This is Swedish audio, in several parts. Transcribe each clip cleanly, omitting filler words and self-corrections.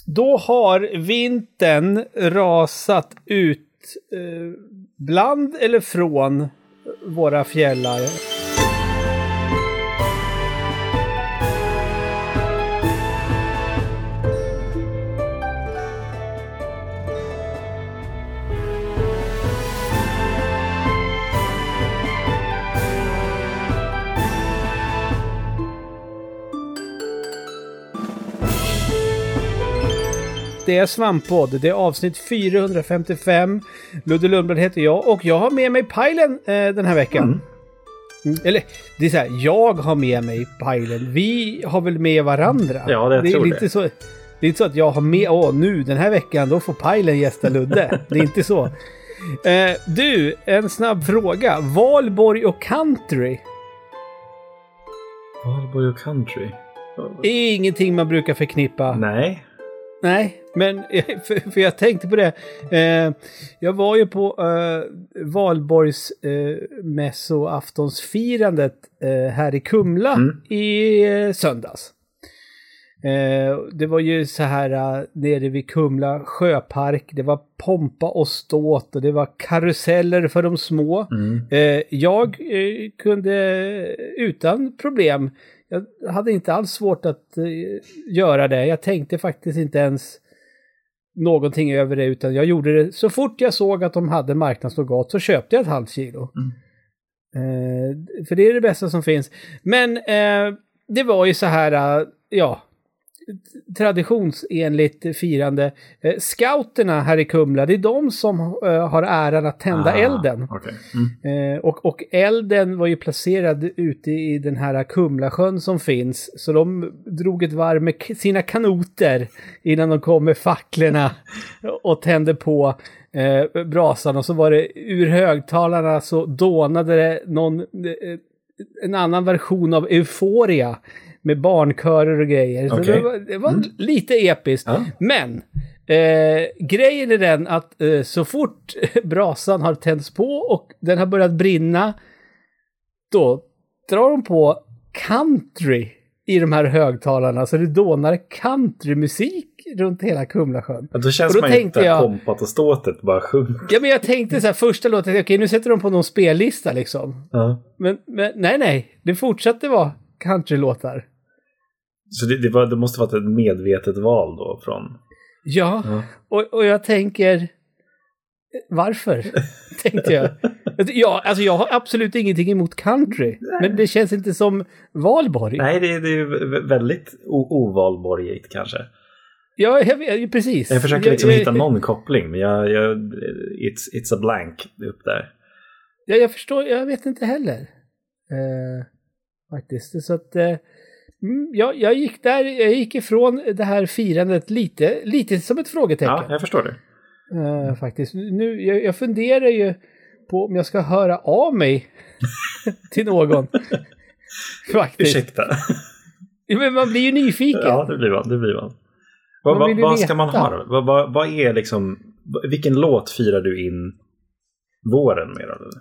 Då har vintern rasat ut bland eller från våra fjällar. Det är Svamppodd, det är avsnitt 455. Ludde Lundblad heter jag och jag har med mig Pajlen den här veckan. Eller, det är så här, jag har med mig Pajlen. Vi har väl med varandra. Ja, det tror jag. Inte så, det är inte så att jag har med, nu den här veckan, då får Pajlen gästa Ludde. Det är inte så. Du, en snabb fråga. Valborg och country. Valborg och country? Är ingenting man brukar förknippa. Nej, men för jag tänkte på det. Jag var ju på Valborgs mässoaftonsfirandet här i Kumla i söndags. Det var ju så här nere vid Kumla sjöpark. Det var pompa och ståt och det var karuseller för de små. Jag kunde utan problem. Jag hade inte alls svårt att göra det. Jag tänkte faktiskt inte ens någonting över det, utan jag gjorde det så fort jag såg att de hade marknadsnogat så köpte jag ett halvt kilo. För det är det bästa som finns. Men det var ju så här, traditionsenligt firande. Scouterna här i Kumla, det är de som har äran att tända elden. Okay. Och elden var ju placerad ute i den här Kumlasjön som finns. Så de drog ett varv med sina kanoter innan de kom med facklorna och tände på brasan. Och så var det ur högtalarna så dånade det en annan version av Euphoria med barnkörer och grejer. Okay. Så det var lite episkt. Ja. Men grejen är den att så fort brasan har tänts på och den har börjat brinna, då drar de på country i de här högtalarna. Så det dånar countrymusik runt hela Kumlasjön. Ja, då känns man inte pompat och ståtet bara sjunker. Ja, men jag tänkte så här, första låten, okej, nu sätter de på någon spellista liksom. Men nej, det fortsatte vara countrylåtar. Så det måste vara ett medvetet val då från... Ja. Och jag tänker... Varför? Tänkte jag. Ja, alltså jag har absolut ingenting emot country. Nej. Men det känns inte som Valborg. Nej, det är väldigt ovalborgigt kanske. Ja, precis. Jag försöker liksom hitta någon koppling, men it's a blank upp där. Ja, jag förstår. Jag vet inte heller. Faktiskt. Så att... jag gick ifrån det här firandet lite som ett frågetecken. Ja, jag förstår det. Faktiskt. Nu, jag funderar ju på om jag ska höra av mig till någon. Faktiskt. Ursäkta. Men man blir ju nyfiken. Ja, det blir man. Vad ska man ha då? Vad är liksom... Vilken låt firar du in våren med då?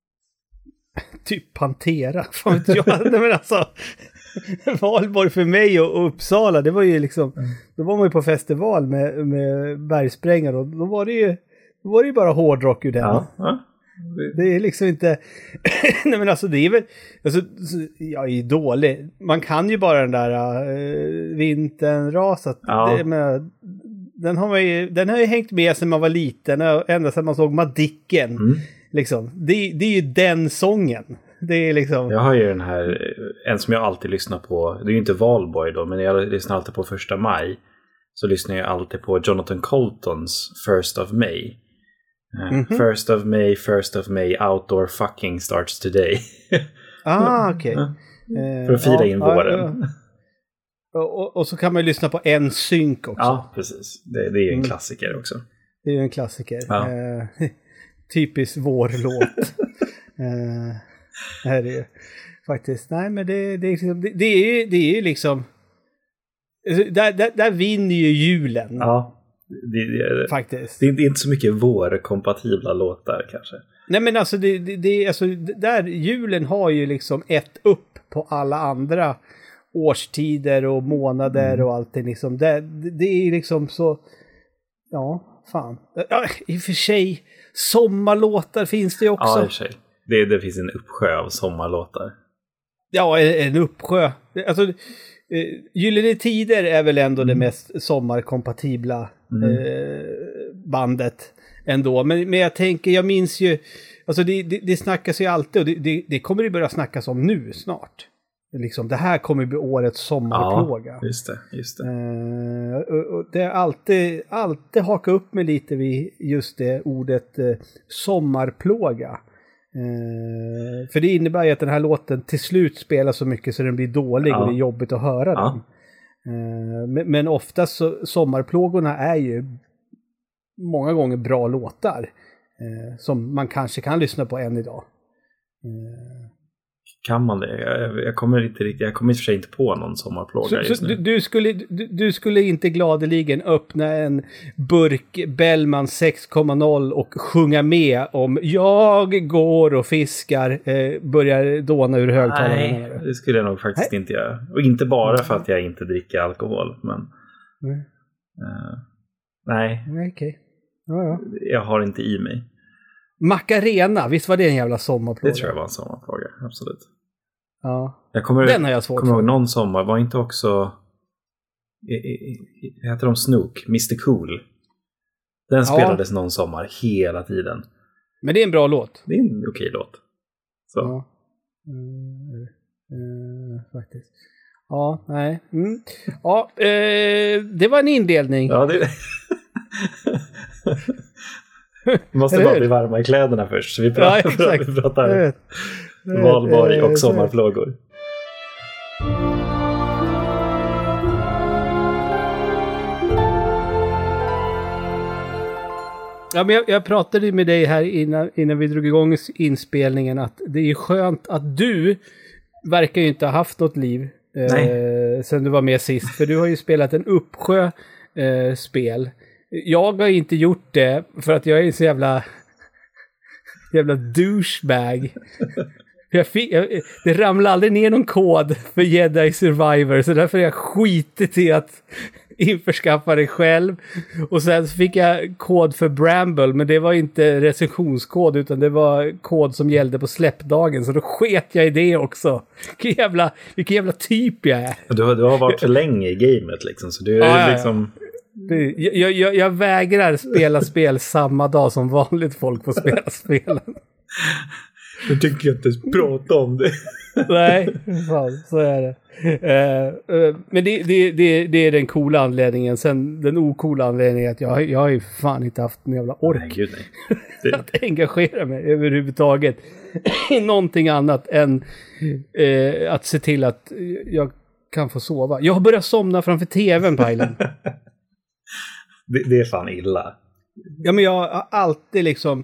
Typ Pantera. Nej, men alltså... Valborg för mig och Uppsala, det var ju liksom, då var man ju på festival med bergsprängare och då var det ju bara hårdrock ur den. Ja. Det är liksom inte nej, men alltså det är väl alltså, jag är dålig. Man kan ju bara den där vintern rasat. Ja. Den har ju hängt med sedan man var liten, ända sedan man såg Madicken. Liksom. Det är ju den sången. Det är liksom... Jag har ju den här, en som jag alltid lyssnar på, det är ju inte Valborg då, men jag lyssnar alltid på 1 maj. Så lyssnar jag alltid på Jonathan Coltons First of May. First of May, outdoor fucking starts today. Okej. För att fira in våren. Och så kan man ju lyssna på En synk också. Ja, precis. Det är ju en klassiker också. Det är ju en klassiker. Ja. Typisk vårlåt. Här är det faktiskt. Nej, men det är ju liksom där vinner ju julen. Ja. Faktiskt. Det är inte så mycket vårkompatibla låtar kanske. Nej, men alltså alltså där julen har ju liksom ett upp på alla andra årstider och månader och allting liksom. Det är liksom så, ja, fan. Ja, i och för sig, sommarlåtar finns det ju också. Ja, i och för sig. Det finns en uppsjö av sommarlåtar. Ja, en uppsjö. Alltså, Gyllene Tider är väl ändå det mest sommarkompatibla bandet ändå. Men jag tänker, jag minns ju, alltså det snackas ju alltid, och det kommer det börja snackas om nu snart. Liksom, det här kommer bli årets sommarplåga. Ja, just det. Och det har alltid hakat upp mig lite vid just det ordet sommarplåga. För det innebär ju att den här låten till slut spelar så mycket så den blir dålig och det är jobbigt att höra den. Men oftast så sommarplågorna är ju många gånger bra låtar som man kanske kan lyssna på än idag. Kan man det? Jag kommer i och för sig inte på någon sommarplåga just nu. Du skulle inte gladeligen öppna en burk Bellman 6,0 och sjunga med om jag går och fiskar, börjar dåna ur högtalarna? Nej, det skulle jag nog faktiskt inte göra. Och inte bara för att jag inte dricker alkohol, men nej. Okej. Ja. Jag har inte i mig. Macarena, visst var det en jävla sommarplåga? Det tror jag var en sommarplåga, absolut. Ja. Den har jag svårt för. Jag kommer ihåg någon sommar, var inte också heter de Snook, Mr. Cool. Den spelades någon sommar hela tiden. Men det är en bra låt. Det är en okej låt. Så. Ja. Faktiskt. Ja, nej. Ja, det var en indelning. Ja, det vi måste bara bli varma i kläderna först. Så vi pratar valborg och sommarplågor. Ja, men jag pratade med dig här innan vi drog igång inspelningen att det är skönt att du verkar ju inte ha haft något liv sen du var med sist. För du har ju spelat en uppsjö spel. Jag har inte gjort det för att jag är en så jävla douchebag. Det ramlade aldrig ner någon kod för Jedi Survivor, så därför har jag skitit i att införskaffa det själv. Och sen så fick jag kod för Bramble, men det var inte recensionskod utan det var kod som gällde på släppdagen, så då sket jag i det också. Vilken jävla typ jag är. Du har varit för länge i gamet liksom, så du är liksom... Jag vägrar spela spel samma dag som vanligt folk får spela spelen. Jag tycker inte prata om det. Nej, fan, så är det. Men det är den coola anledningen. Sen den ocoola anledningen är att jag har ju fan inte haft en jävla ork. Nej, gud, nej. Att engagera mig överhuvudtaget i någonting annat än att se till att jag kan få sova. Jag har börjat somna framför tvn, Pajlen. Det är fan illa. Ja, men jag har alltid liksom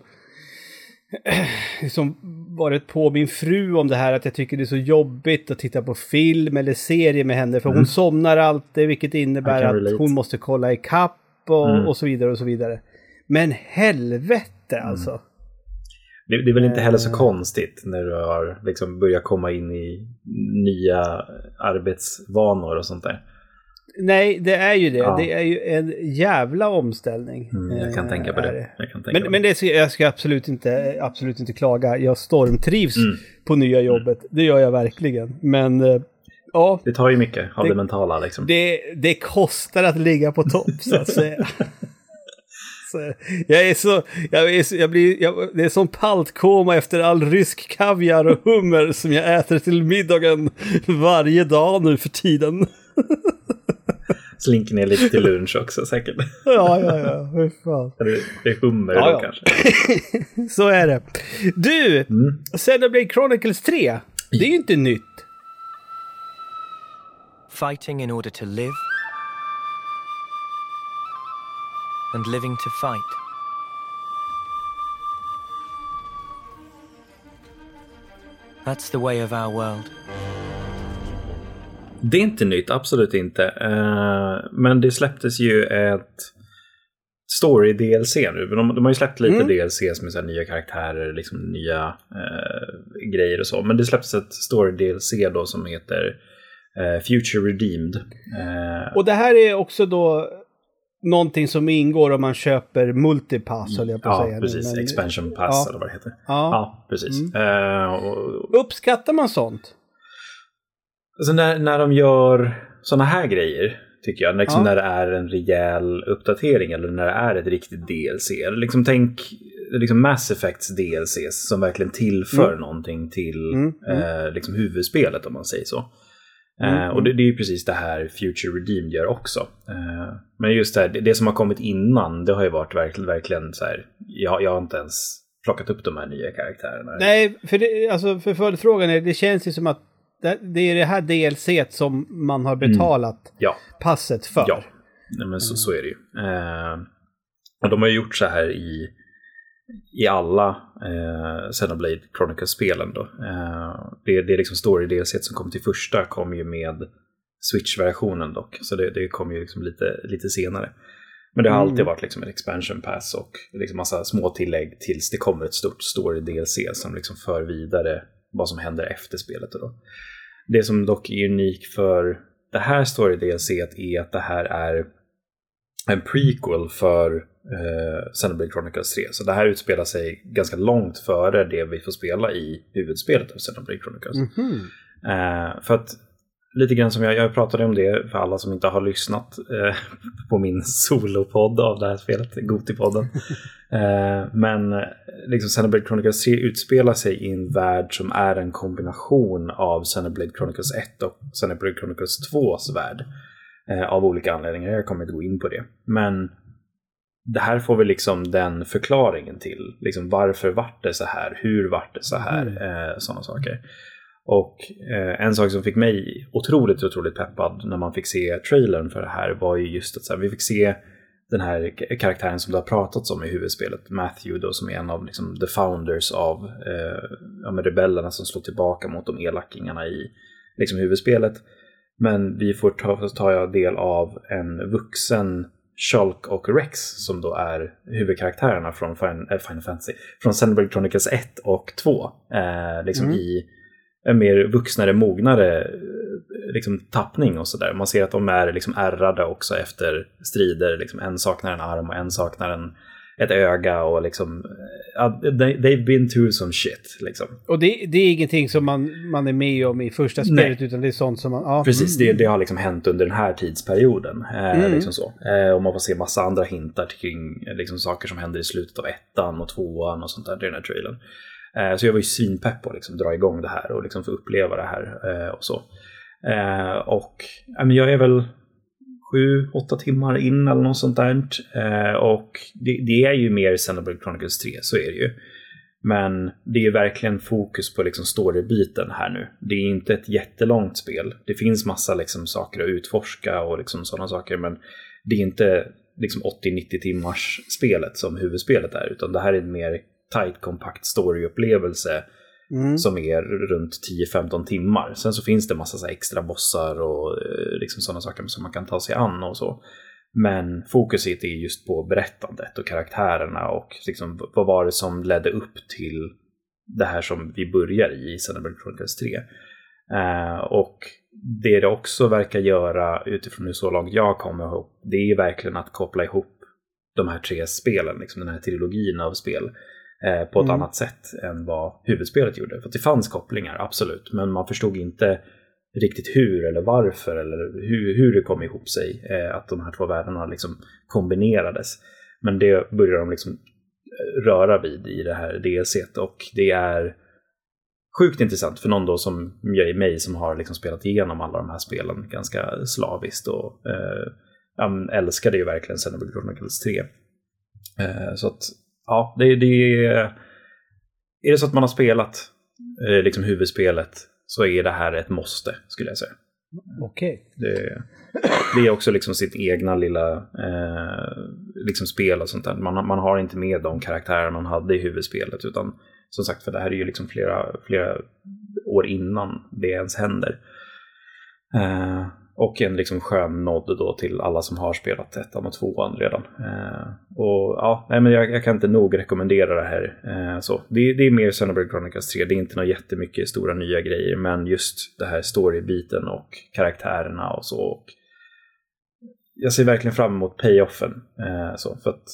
varit på min fru om det här, att jag tycker det är så jobbigt att titta på film eller serie med henne, för hon somnar alltid, vilket innebär att hon måste kolla i kapp och så vidare och så vidare. Men helvete alltså. Det är väl inte heller så konstigt när du har liksom börjat komma in i nya arbetsvanor och sånt där. Nej, det är ju det. Ja. Det är ju en jävla omställning. Jag kan tänka på det. Men jag ska absolut inte klaga. Jag stormtrivs på nya jobbet. Det gör jag verkligen. Men ja, det tar ju mycket av det mentala liksom. Det kostar att ligga på topp, så att säga. Det är som paltkoma efter all rysk kaviar och hummer som jag äter till middagen varje dag nu för tiden. Slinker ner lite till lunch också säkert. Ja. Hur fan. Det är hummer då kanske. Så är det. Du, Xenoblade Chronicles 3. Det är ju inte nytt. Fighting in order to live. And living to fight. That's the way of our world. Det är inte nytt, absolut inte. Men det släpptes ju ett story-DLC nu. De har ju släppt lite DLCs med så här nya karaktärer, liksom nya grejer och så. Men det släpptes ett story-DLC då som heter Future Redeemed. Och det här är också då någonting som ingår om man köper multipass, höll jag på att säga. Precis. Men, expansion pass eller vad det heter. Ja precis. Uppskattar man sånt? Alltså när de gör såna här grejer, tycker jag, liksom när det är en rejäl uppdatering eller när det är ett riktigt DLC. Liksom tänk liksom Mass Effects DLCs som verkligen tillför någonting till liksom huvudspelet, om man säger så. Och det är ju precis det här Future Redeemed gör också. Men just det som har kommit innan, det har ju varit verkligen så här, jag har inte ens plockat upp de här nya karaktärerna. Nej, för följdfrågan är, det känns ju som att det är det här DLC som man har betalat passet för. Ja, men så är det ju. Och de har ju gjort så här i alla Xenoblade Chronicles-spelen då. Det är liksom story-DLC som kom till första, kom ju med Switch-versionen dock. Så det kom ju liksom lite senare. Men det har alltid varit liksom en expansion pass och liksom massa små tillägg tills det kommer ett stort story-DLC som liksom för vidare vad som händer efter spelet då. Det som dock är unikt för det här story-DLC:et är att det här är en prequel för Xenoblade Chronicles 3. Så det här utspelar sig ganska långt före det vi får spela i huvudspelet av Xenoblade Chronicles. För att lite grann som jag pratade om det för alla som inte har lyssnat på min solopodd av det här spelet, Goti-podden. Men liksom Xenoblade Chronicles 3 utspelar sig i en värld som är en kombination av Xenoblade Chronicles 1 och Xenoblade Chronicles 2s värld. Av olika anledningar, jag kommer inte gå in på det. Men det här får vi liksom den förklaringen till. Liksom varför vart det så här? Hur vart det så här? Sådana saker. Och en sak som fick mig otroligt peppad när man fick se trailern för det här var ju just att så här, vi fick se den här karaktären som det har pratats om i huvudspelet, Matthew då, som är en av liksom, the founders av rebellerna som slår tillbaka mot de elackingarna i liksom, huvudspelet. Men vi får ta del av en vuxen Shulk och Rex som då är huvudkaraktärerna från Final Fantasy, från Xenoblade Chronicles 1 och 2. Liksom i en mer vuxnare, mognare liksom, tappning och sådär. Man ser att de är liksom ärrade också efter strider. Liksom, en saknar en arm och en saknar ett öga och liksom they've been through some shit liksom. Och det är ingenting som man är med om i första spelet, utan det är sånt som man... Precis, det har liksom hänt under den här tidsperioden. Liksom så. Och man får se massa andra hintar kring liksom, saker som händer i slutet av 1:an och 2:an och sånt där i den här trailern. Så jag var ju svinpepp på att liksom, dra igång det här och liksom, få uppleva det här och så. Och jag är väl 7-8 timmar in eller något sånt där. Och det är ju mer Xenoblade Chronicles 3, så är det ju. Men det är ju verkligen fokus på liksom storybiten här nu. Det är inte ett jättelångt spel. Det finns massa liksom saker att utforska och liksom sådana saker. Men det är inte liksom 80-90 timmars spelet som huvudspelet är. Utan det här är en mer tight, kompakt storyupplevelse som är runt 10-15 timmar. Sen så finns det massa så här extra bossar och liksom sådana saker som man kan ta sig an och så. Men fokuset är just på berättandet och karaktärerna och liksom, vad var det som ledde upp till det här som vi börjar i Xenoblade Chronicles 3. Och det också verkar göra utifrån hur så långt jag kommer ihop, det är verkligen att koppla ihop de här 3 spelen, liksom den här trilogin av spel på ett annat sätt än vad huvudspelet gjorde. För att det fanns kopplingar, absolut, men man förstod inte riktigt hur eller varför eller hur det kom ihop sig att de här 2 världarna liksom kombinerades. Men det börjar de liksom röra vid i det här DLC:t, och det är sjukt intressant för någon då som jag är mig som har liksom spelat igenom alla de här spelen ganska slaviskt och älskade ju verkligen Xenoblade Chronicles 3. Så att ja, det är det så att man har spelat liksom huvudspelet, så är det här ett måste, skulle jag säga. Okej. Det är också liksom sitt egna lilla liksom spel och sånt där. Man har inte med de karaktärer man hade i huvudspelet, utan som sagt, för det här är ju liksom flera år innan det ens händer. Och en liksom skön nod då till alla som har spelat 1 och 2 redan. Och ja, nej, men jag kan inte nog rekommendera det här. Så. Det är mer Xenoblade Chronicles 3. Det är inte något jättemycket stora nya grejer. Men just det här storybiten och karaktärerna och så. Och jag ser verkligen fram emot payoffen. Så, för att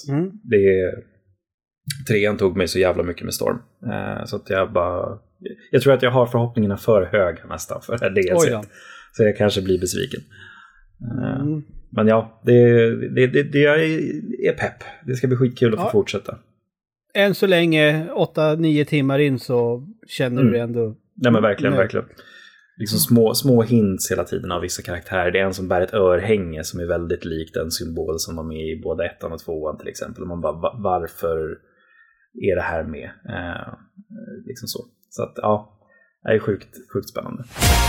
trean tog mig så jävla mycket med storm. Så att jag tror att jag har förhoppningarna för höga nästan för det här DLC. Så jag kanske blir besviken. Men ja, jag är pepp. Det ska bli skitkul att få fortsätta. Än så länge, 8-9 timmar in så känner du ändå... Nej men verkligen. Liksom små hints hela tiden av vissa karaktärer. Det är en som bär ett örhänge som är väldigt likt en symbol som var med i både 1 och 2 till exempel. Och man bara, varför är det här med? Liksom så. Så att ja, det är sjukt spännande.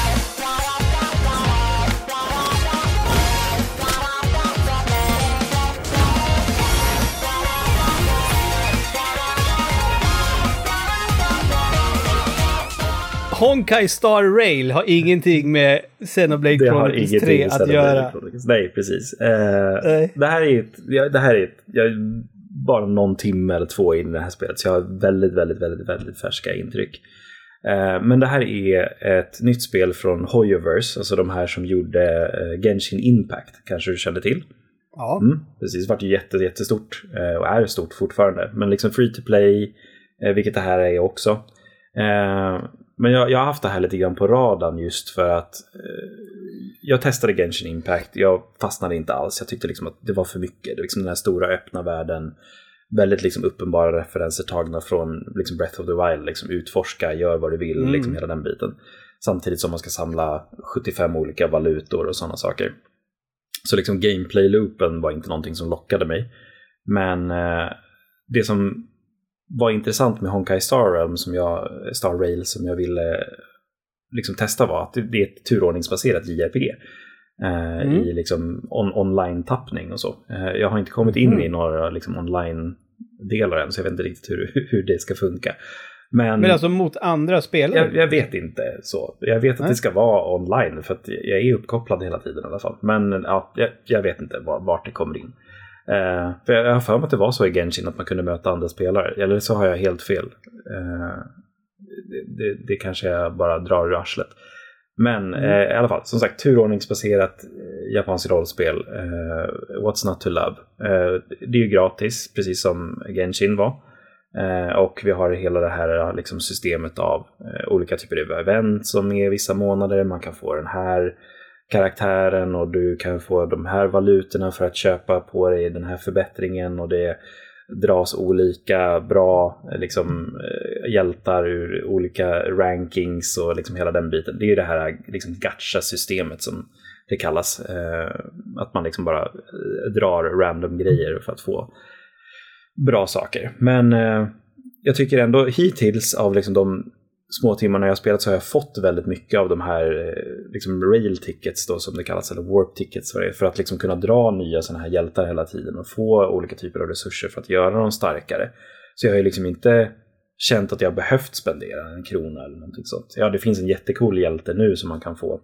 Honkai Star Rail har ingenting med Xenoblade Chronicles 3 att göra. Nej, precis. Det här är jag bara någon timme eller 2 in i det här spelet, så jag har väldigt färska intryck. Men det här är ett nytt spel från Hoyoverse, alltså de här som gjorde Genshin Impact, kanske du kände till? Ja. Precis, det var ju jättestort och är stort fortfarande, men liksom free to play, vilket det här är också. Men jag har haft det här lite grann på radarn just för att jag testade Genshin Impact. Jag fastnade inte alls. Jag tyckte liksom att det var för mycket. Det liksom den här stora öppna världen. Väldigt liksom uppenbara referenser tagna från liksom Breath of the Wild. Liksom utforska, gör vad du vill. Liksom hela den biten. Samtidigt som man ska samla 75 olika valutor och sådana saker. Så liksom gameplay-loopen var inte någonting som lockade mig. Men det som var intressant med Honkai Star Rail som jag ville liksom testa var att det är ett turordningsbaserat JRPG i liksom online-tappning och så. Jag har inte kommit in i några liksom online-delar än, så jag vet inte riktigt hur det ska funka. Men alltså mot andra spelare? Jag vet inte så. Jag vet att det ska vara online för att jag är uppkopplad hela tiden i alla fall. Men ja, jag vet inte vart det kommer in. För jag har för mig att det var så i Genshin att man kunde möta andra spelare. Eller så har jag helt fel. Det kanske jag bara drar ur arslet. Men i alla fall, som sagt, turordningsbaserat japanskt rollspel. What's not to love? Det är ju gratis, precis som Genshin var. Och vi har hela det här liksom systemet av olika typer av event som är vissa månader. Man kan få den här karaktären och du kan få de här valutorna för att köpa på dig den här förbättringen, och det dras olika bra liksom hjältar ur olika rankings och liksom hela den biten. Det är ju det här liksom gacha-systemet som det kallas, att man liksom bara drar random grejer för att få bra saker. Men jag tycker ändå hittills av liksom de små timmarna jag har spelat så har jag fått väldigt mycket av de här liksom rail tickets då, som det kallas, eller warp tickets, för att liksom kunna dra nya såna här hjältar hela tiden och få olika typer av resurser för att göra dem starkare. Så jag har ju liksom inte känt att jag behövt spendera en krona eller någonting sånt. Ja, det finns en jättecool hjälte nu som man kan få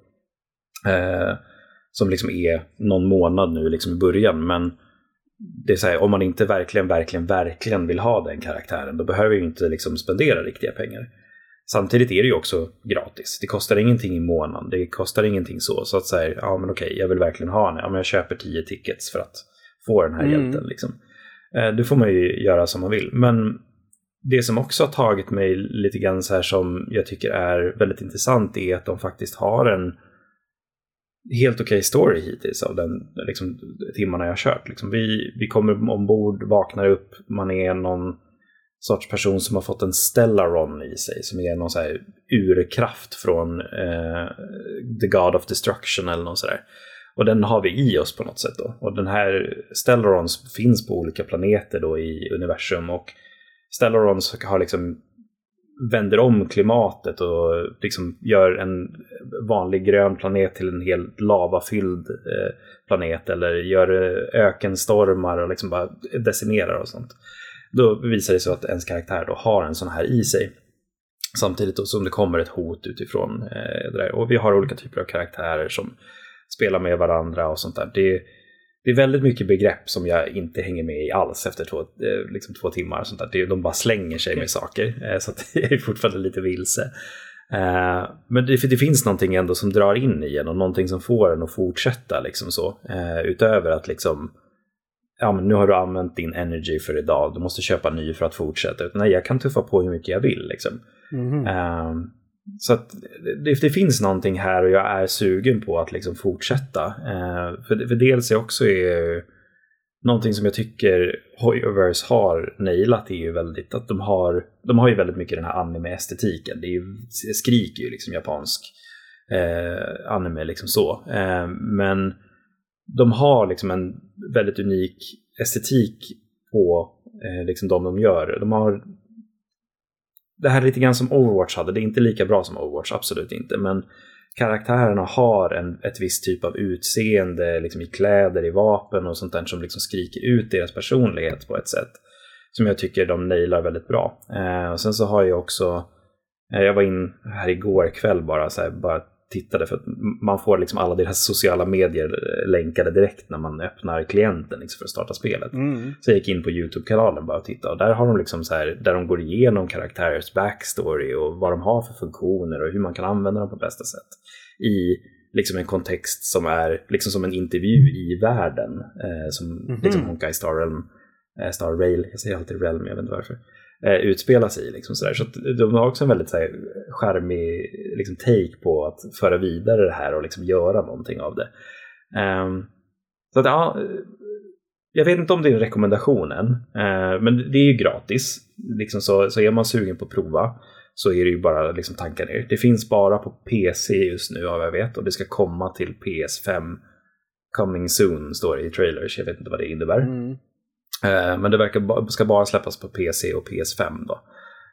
som liksom är någon månad nu liksom i början, men det är så här, om man inte verkligen vill ha den karaktären, då behöver ju inte liksom spendera riktiga pengar. Samtidigt är det ju också gratis. Det kostar ingenting i månaden. Det kostar ingenting så att säga, ja men okej, jag vill verkligen ha den. Ja, men jag köper 10 tickets för att få den här hjälten liksom. Det får man ju göra som man vill. Men det som också har tagit mig lite grann så här, som jag tycker är väldigt intressant, är att de faktiskt har en helt okej story hittills av den liksom, timmarna jag har kört. Liksom, vi kommer ombord, vaknar upp, man är någon sorts person som har fått en Stellaron i sig, som är någon så här urkraft från The God of Destruction eller något sådär. Och den har vi i oss på något sätt då. Och den här Stellarons finns på olika planeter då i universum, och Stellarons har liksom vänder om klimatet och liksom gör en vanlig grön planet till en helt lavafylld planet, eller gör ökenstormar och liksom bara decimerar och sånt. Då visar det sig att ens karaktär då har en sån här i sig. Samtidigt då som det kommer ett hot utifrån det där. Och vi har olika typer av karaktärer som spela med varandra och sånt där. Det är väldigt mycket begrepp som jag inte hänger med i alls efter 2 timmar och sånt där. De bara slänger sig med saker, så att jag är fortfarande lite vilse. Men det finns någonting ändå som drar in i en och någonting som får en att fortsätta liksom så. Utöver att liksom, ja men nu har du använt din energy för idag, du måste köpa ny för att fortsätta. Nej, jag kan tuffa på hur mycket jag vill liksom. Så att det finns någonting här och jag är sugen på att liksom fortsätta. För dels är också någonting som jag tycker Hoyoverse har nailat är ju väldigt att de har ju väldigt mycket den här anime-estetiken. Det skriker ju liksom japansk anime liksom så. Men de har liksom en väldigt unik estetik på liksom de gör. De har det här är lite grann som Overwatch hade. Det är inte lika bra som Overwatch, absolut inte. Men karaktärerna har ett visst typ av utseende liksom i kläder, i vapen och sånt där som liksom skriker ut deras personlighet på ett sätt som jag tycker de nailar väldigt bra. Och sen så har jag också jag var in här igår kväll bara tittade för att man får liksom alla deras sociala medier länkade direkt när man öppnar klienten liksom för att starta spelet. Så jag gick in på YouTube-kanalen bara och tittade och där har de liksom så här, där de går igenom karaktärers backstory och vad de har för funktioner och hur man kan använda dem på bästa sätt i liksom en kontext som är liksom som en intervju i världen som liksom Honkai Star Rail, jag säger alltid Realm, jag vet inte varför, utspelar sig liksom sådär. Så att de har också en väldigt så här, charmig liksom, take på att föra vidare det här och liksom göra någonting av det. Så att ja, jag vet inte om det är rekommendationen, men det är ju gratis liksom, så är man sugen på att prova så är det ju bara liksom tankar ner. Det finns bara på PC just nu av jag vet, och det ska komma till PS5 coming soon står det i trailers, jag vet inte vad det innebär. Men det ska bara släppas på PC och PS5 då.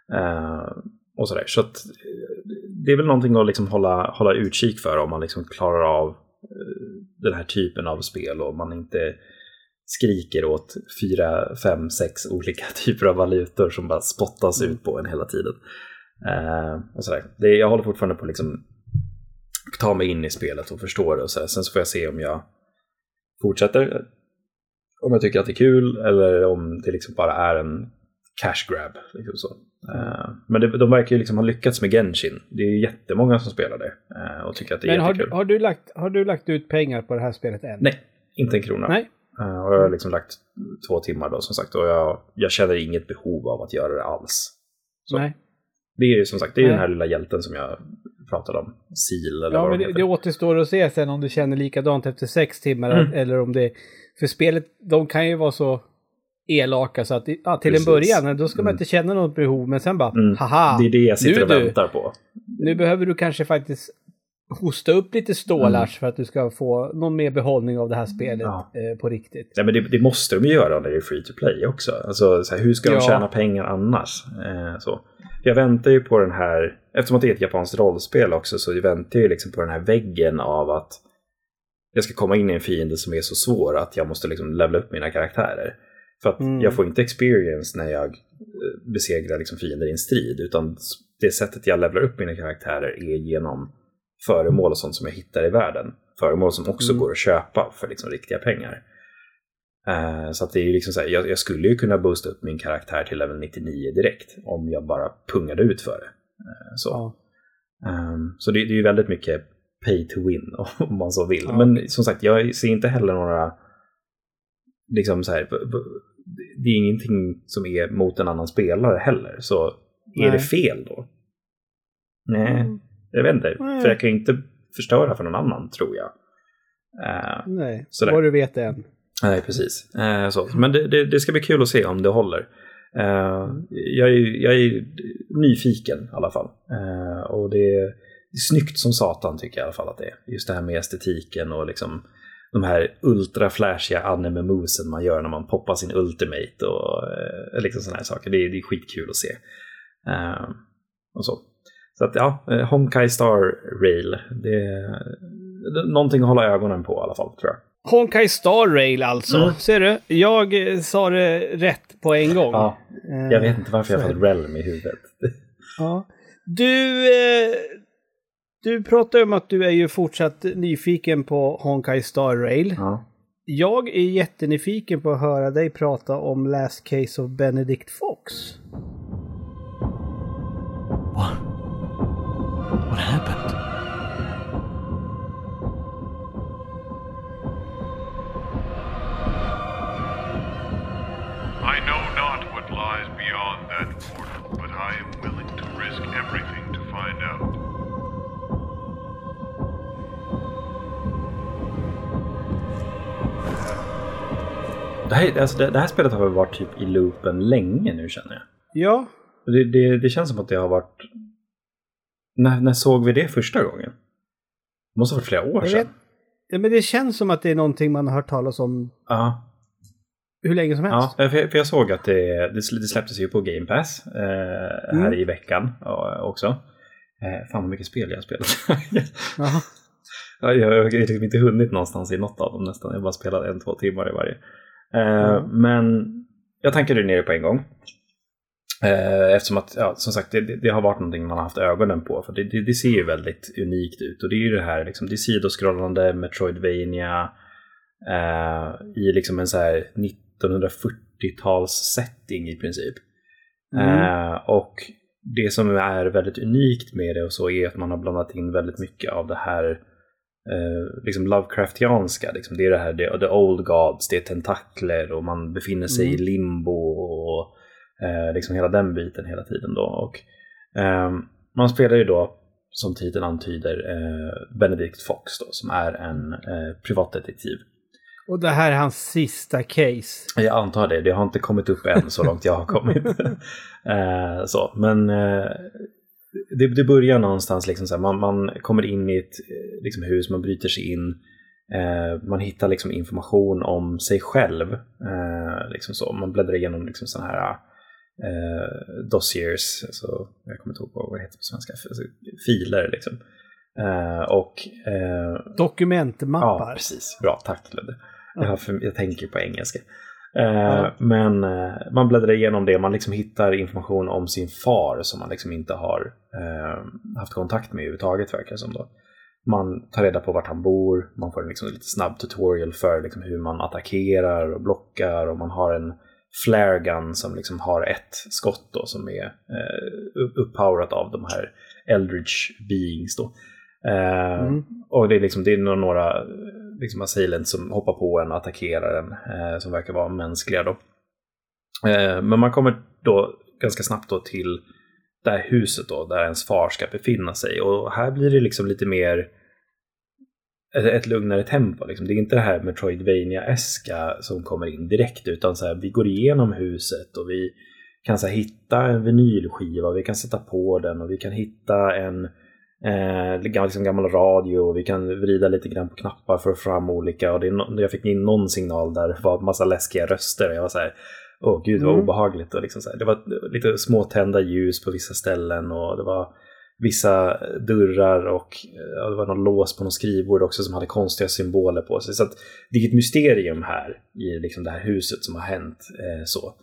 Och sådär. Så att det är väl någonting att liksom hålla utkik för om man liksom klarar av den här typen av spel och man inte skriker åt 4, 5, 6 olika typer av valutor som bara spottas ut på en hela tiden. Och sådär. Jag håller fortfarande på att liksom ta mig in i spelet och förstå det och sådär. Sen så får jag se om jag fortsätter, om jag tycker att det är kul eller om det liksom bara är en cash grab liksom så. Men de verkar ju liksom ha lyckats med Genshin. Det är ju jättemånga som spelar det och tycker att det är jättekul. Har du lagt ut pengar på det här spelet än? Nej, inte en krona. Nej. Och jag har liksom lagt 2 timmar då som sagt och jag känner inget behov av att göra det alls. Så. Nej. Det är ju som sagt, det är den här lilla hjälten som jag pratade om, Seal eller vad men det återstår att se sen om du känner likadant efter 6 timmar eller om det, för spelet, de kan ju vara så elaka så att till en början då ska man inte känna något behov, men sen bara haha, det är det jag sitter och väntar på. Nu behöver du kanske faktiskt hosta upp lite stålars för att du ska få någon mer behållning av det här spelet på riktigt. Ja, men det måste de göra när det är free to play också. Alltså, så här, hur ska de tjäna pengar annars? Så. Jag väntar ju på den här, eftersom att det är ett japanskt rollspel också, så jag väntar ju liksom på den här väggen av att jag ska komma in i en fiende som är så svår att jag måste liksom levela upp mina karaktärer. För att jag får inte experience när jag besegrar liksom fiender i en strid, utan det sättet jag levelar upp mina karaktärer är genom föremål och sånt som jag hittar i världen. Föremål som också går att köpa för liksom riktiga pengar. Så att det är ju liksom så här, jag skulle ju kunna boosta upp min karaktär till level 99 direkt om jag bara pungade ut för det. Så det är ju väldigt mycket pay to win om man så vill. Men som sagt, jag ser inte heller några liksom så här, det är ingenting som är mot en annan spelare heller. Så är det fel då? Nej, jag vet inte. För jag kan ju inte förstöra för någon annan, tror jag. Nej, vad du vet än. Nej, precis. Så. Men det ska bli kul att se om det håller. Jag är nyfiken i alla fall. Och det är snyggt som satan tycker jag i alla fall att det är. Just det här med estetiken och liksom de här ultra-flashiga anime-mosen man gör när man poppar sin ultimate och liksom sådana här saker. Det är skitkul att se. Och så. Så att ja, Honkai Star Rail, det är någonting att hålla ögonen på i alla fall, tror jag. Honkai Star Rail alltså. Ser du? Jag sa det rätt på en gång. Ja, jag vet inte varför jag har fått Realm i huvudet. Ja. Du, Du pratar om att du är ju fortsatt nyfiken på Honkai Star Rail. Ja. Jag är jättenyfiken på att höra dig prata om Last Case of Benedict Fox. What happened? I know not what lies beyond that portal, but I am willing to risk everything to find out. Det här spelet har väl varit typ i loopen länge nu, känner jag. Ja. Det känns som att det har varit... När såg vi det första gången? Det måste ha varit flera år sedan. Ja, men det känns som att det är någonting man har hört talas om hur länge som helst. Ja, för jag såg att det släpptes ju på Game Pass här i veckan också. Fan vad mycket spel jag har spelat. Jag har liksom inte hunnit någonstans i något av dem nästan. Jag har bara spelat 1-2 timmar i varje. Men jag tankade ner på en gång. Eftersom att, som sagt, det har varit någonting man har haft ögonen på. För det ser ju väldigt unikt ut. Och det är ju det här, liksom, det är sidoskrollande Metroidvania i liksom en så här 1940-tals setting i princip. Och det som är väldigt unikt med det och så är att man har blandat in väldigt mycket av det här liksom Lovecraftianska. Liksom. Det är det här, the old gods, det är tentakler och man befinner sig i limbo och liksom hela den biten hela tiden då. Och man spelar ju då, som titeln antyder, Benedict Fox då, som är en privatdetektiv. Och det här är hans sista case. Jag antar det. Det har inte kommit upp än så långt jag har kommit. Så, men det börjar någonstans liksom så här, man kommer in i ett liksom hus, man bryter sig in, man hittar liksom information om sig själv, liksom så. Man bläddrar igenom liksom såna här dossiers, alltså, jag kommer inte ihåg vad det heter på svenska, alltså, filer liksom. Dokumentmappar. Ja, precis. Bra, tack Ludde. Jag tänker på engelska. Men man bläddrar igenom det. Man liksom hittar information om sin far som man liksom inte har haft kontakt med överhuvudtaget, verkar som då. Man tar reda på vart han bor. Man får en liksom lite snabb tutorial för liksom hur man attackerar och blockar. Och man har en flare gun som liksom har ett skott då, som är upppowerat av de här Eldritch beings då. Och det är liksom, det är några liksom assailants som hoppar på en och attackerar en, som verkar vara mänskliga då. Men man kommer då ganska snabbt då till det här huset då, där ens far ska befinna sig, och här blir det liksom lite mer ett lugnare tempo liksom. Det är inte det här Metroidvania-eska som kommer in direkt, utan så här, vi går igenom huset och vi kan så här, hitta en vinylskiva, vi kan sätta på den och vi kan hitta en liksom gammal radio och vi kan vrida lite grann på knappar för att få fram olika, och jag fick in någon signal där det var en massa läskiga röster och jag var så här, åh gud vad obehagligt, och liksom så här, det var lite småtända ljus på vissa ställen och det var vissa dörrar och det var någon lås på någon skrivbord också som hade konstiga symboler på sig, så att det är ett mysterium här i liksom det här huset som har hänt så.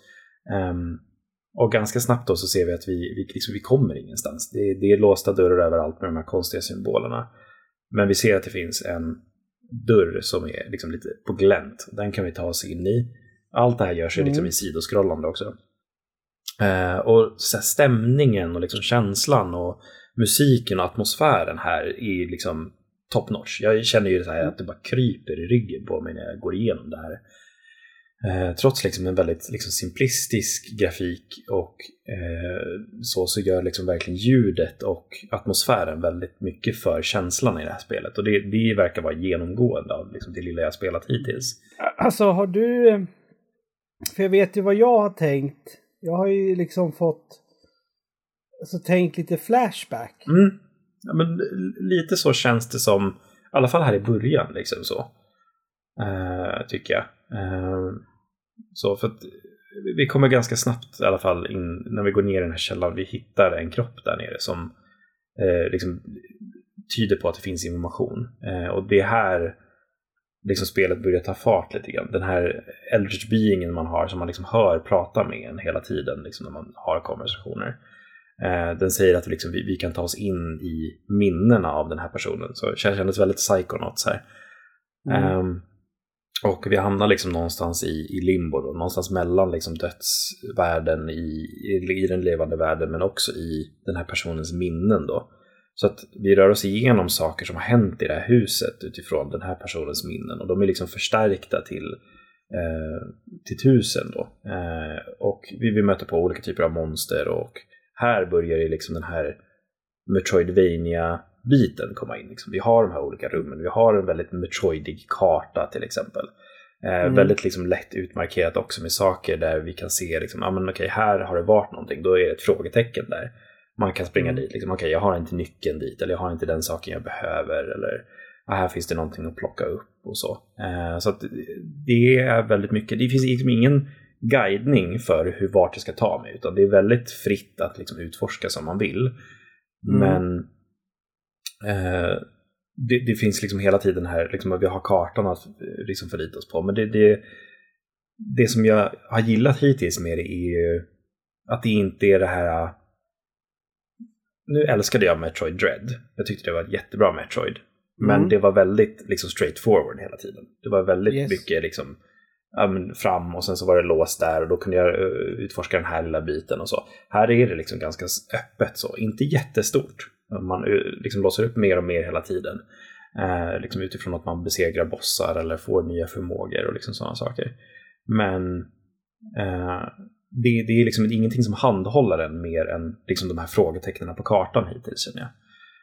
Och ganska snabbt då så ser vi att vi kommer ingenstans. Det är låsta dörrar överallt med de här konstiga symbolerna. Men vi ser att det finns en dörr som är liksom lite på glänt. Den kan vi ta oss in i. Allt det här görs liksom i sidoskrollande också. Och så stämningen och liksom känslan och musiken och atmosfären här är liksom top notch. Jag känner ju så här att det bara kryper i ryggen på mig när jag går igenom det här. Trots liksom en väldigt liksom simplistisk grafik och så gör liksom verkligen ljudet och atmosfären väldigt mycket för känslan i det här spelet, och det verkar vara genomgående av liksom det lilla jag spelat hittills. Alltså har du, för jag vet ju vad jag har tänkt, jag har ju liksom fått tänkt lite flashback. Ja, men lite så känns det som, i alla fall här i början liksom så. Tycker jag. Så för att vi kommer ganska snabbt i alla fall in, när vi går ner i den här källan, vi hittar en kropp där nere som liksom tyder på att det finns information, och det här liksom spelet börjar ta fart lite grann. Den här Eldritch beingen man har, som man liksom hör prata med en hela tiden liksom när man har konversationer. Den säger att liksom, vi kan ta oss in i minnena av den här personen. Så det kändes väldigt Psychonauts här. Och vi hamnar liksom någonstans i limbo då, någonstans mellan liksom dödsvärlden i den levande världen, men också i den här personens minnen då. Så att vi rör oss igenom saker som har hänt i det här huset utifrån den här personens minnen, och de är liksom förstärkta till 1000 då. Och vi möter på olika typer av monster, och här börjar det liksom den här Metroidvania-biten komma in. Liksom. Vi har de här olika rummen, vi har en väldigt Metroidig karta till exempel. Väldigt liksom lätt utmarkerat också med saker där vi kan se liksom, men okej, här har det varit någonting, då är det ett frågetecken där. Man kan springa dit, liksom, okej, jag har inte nyckeln dit, eller jag har inte den saken jag behöver, eller här finns det någonting att plocka upp och så. Så att det är väldigt mycket, det finns liksom ingen guidning för vart det ska ta mig, utan det är väldigt fritt att liksom utforska som man vill. Men det finns liksom hela tiden här liksom, att vi har kartan att liksom förlita oss på. Men det som jag har gillat hittills med det är ju att det inte är det här. Nu älskade jag Metroid Dread. Jag tyckte det var ett jättebra Metroid. Men det var väldigt liksom straightforward hela tiden. Det var väldigt mycket liksom fram, och sen så var det låst där, och då kunde jag utforska den här lilla biten och så. Här är det liksom ganska öppet så, inte jättestort. Man liksom låser upp mer och mer hela tiden. Liksom utifrån att man besegrar bossar eller får nya förmågor och liksom sådana saker. Men det är liksom ingenting som handhåller en mer än liksom de här frågetecknen på kartan hittills, känner jag.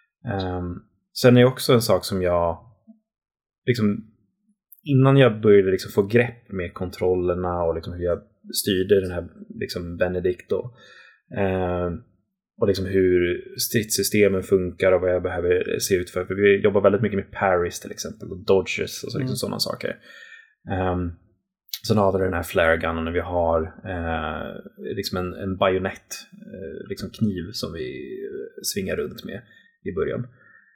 Sen är också en sak som jag liksom, innan jag började liksom få grepp med kontrollerna och liksom hur jag styrde den här liksom Benedict då, och liksom hur stridssystemen funkar och vad jag behöver se ut för vi jobbar väldigt mycket med parries till exempel, och dodges och så, liksom sådana saker. Sen har vi den här flare gunnen, och vi har liksom en bajonett, liksom kniv som vi svingar runt med i början.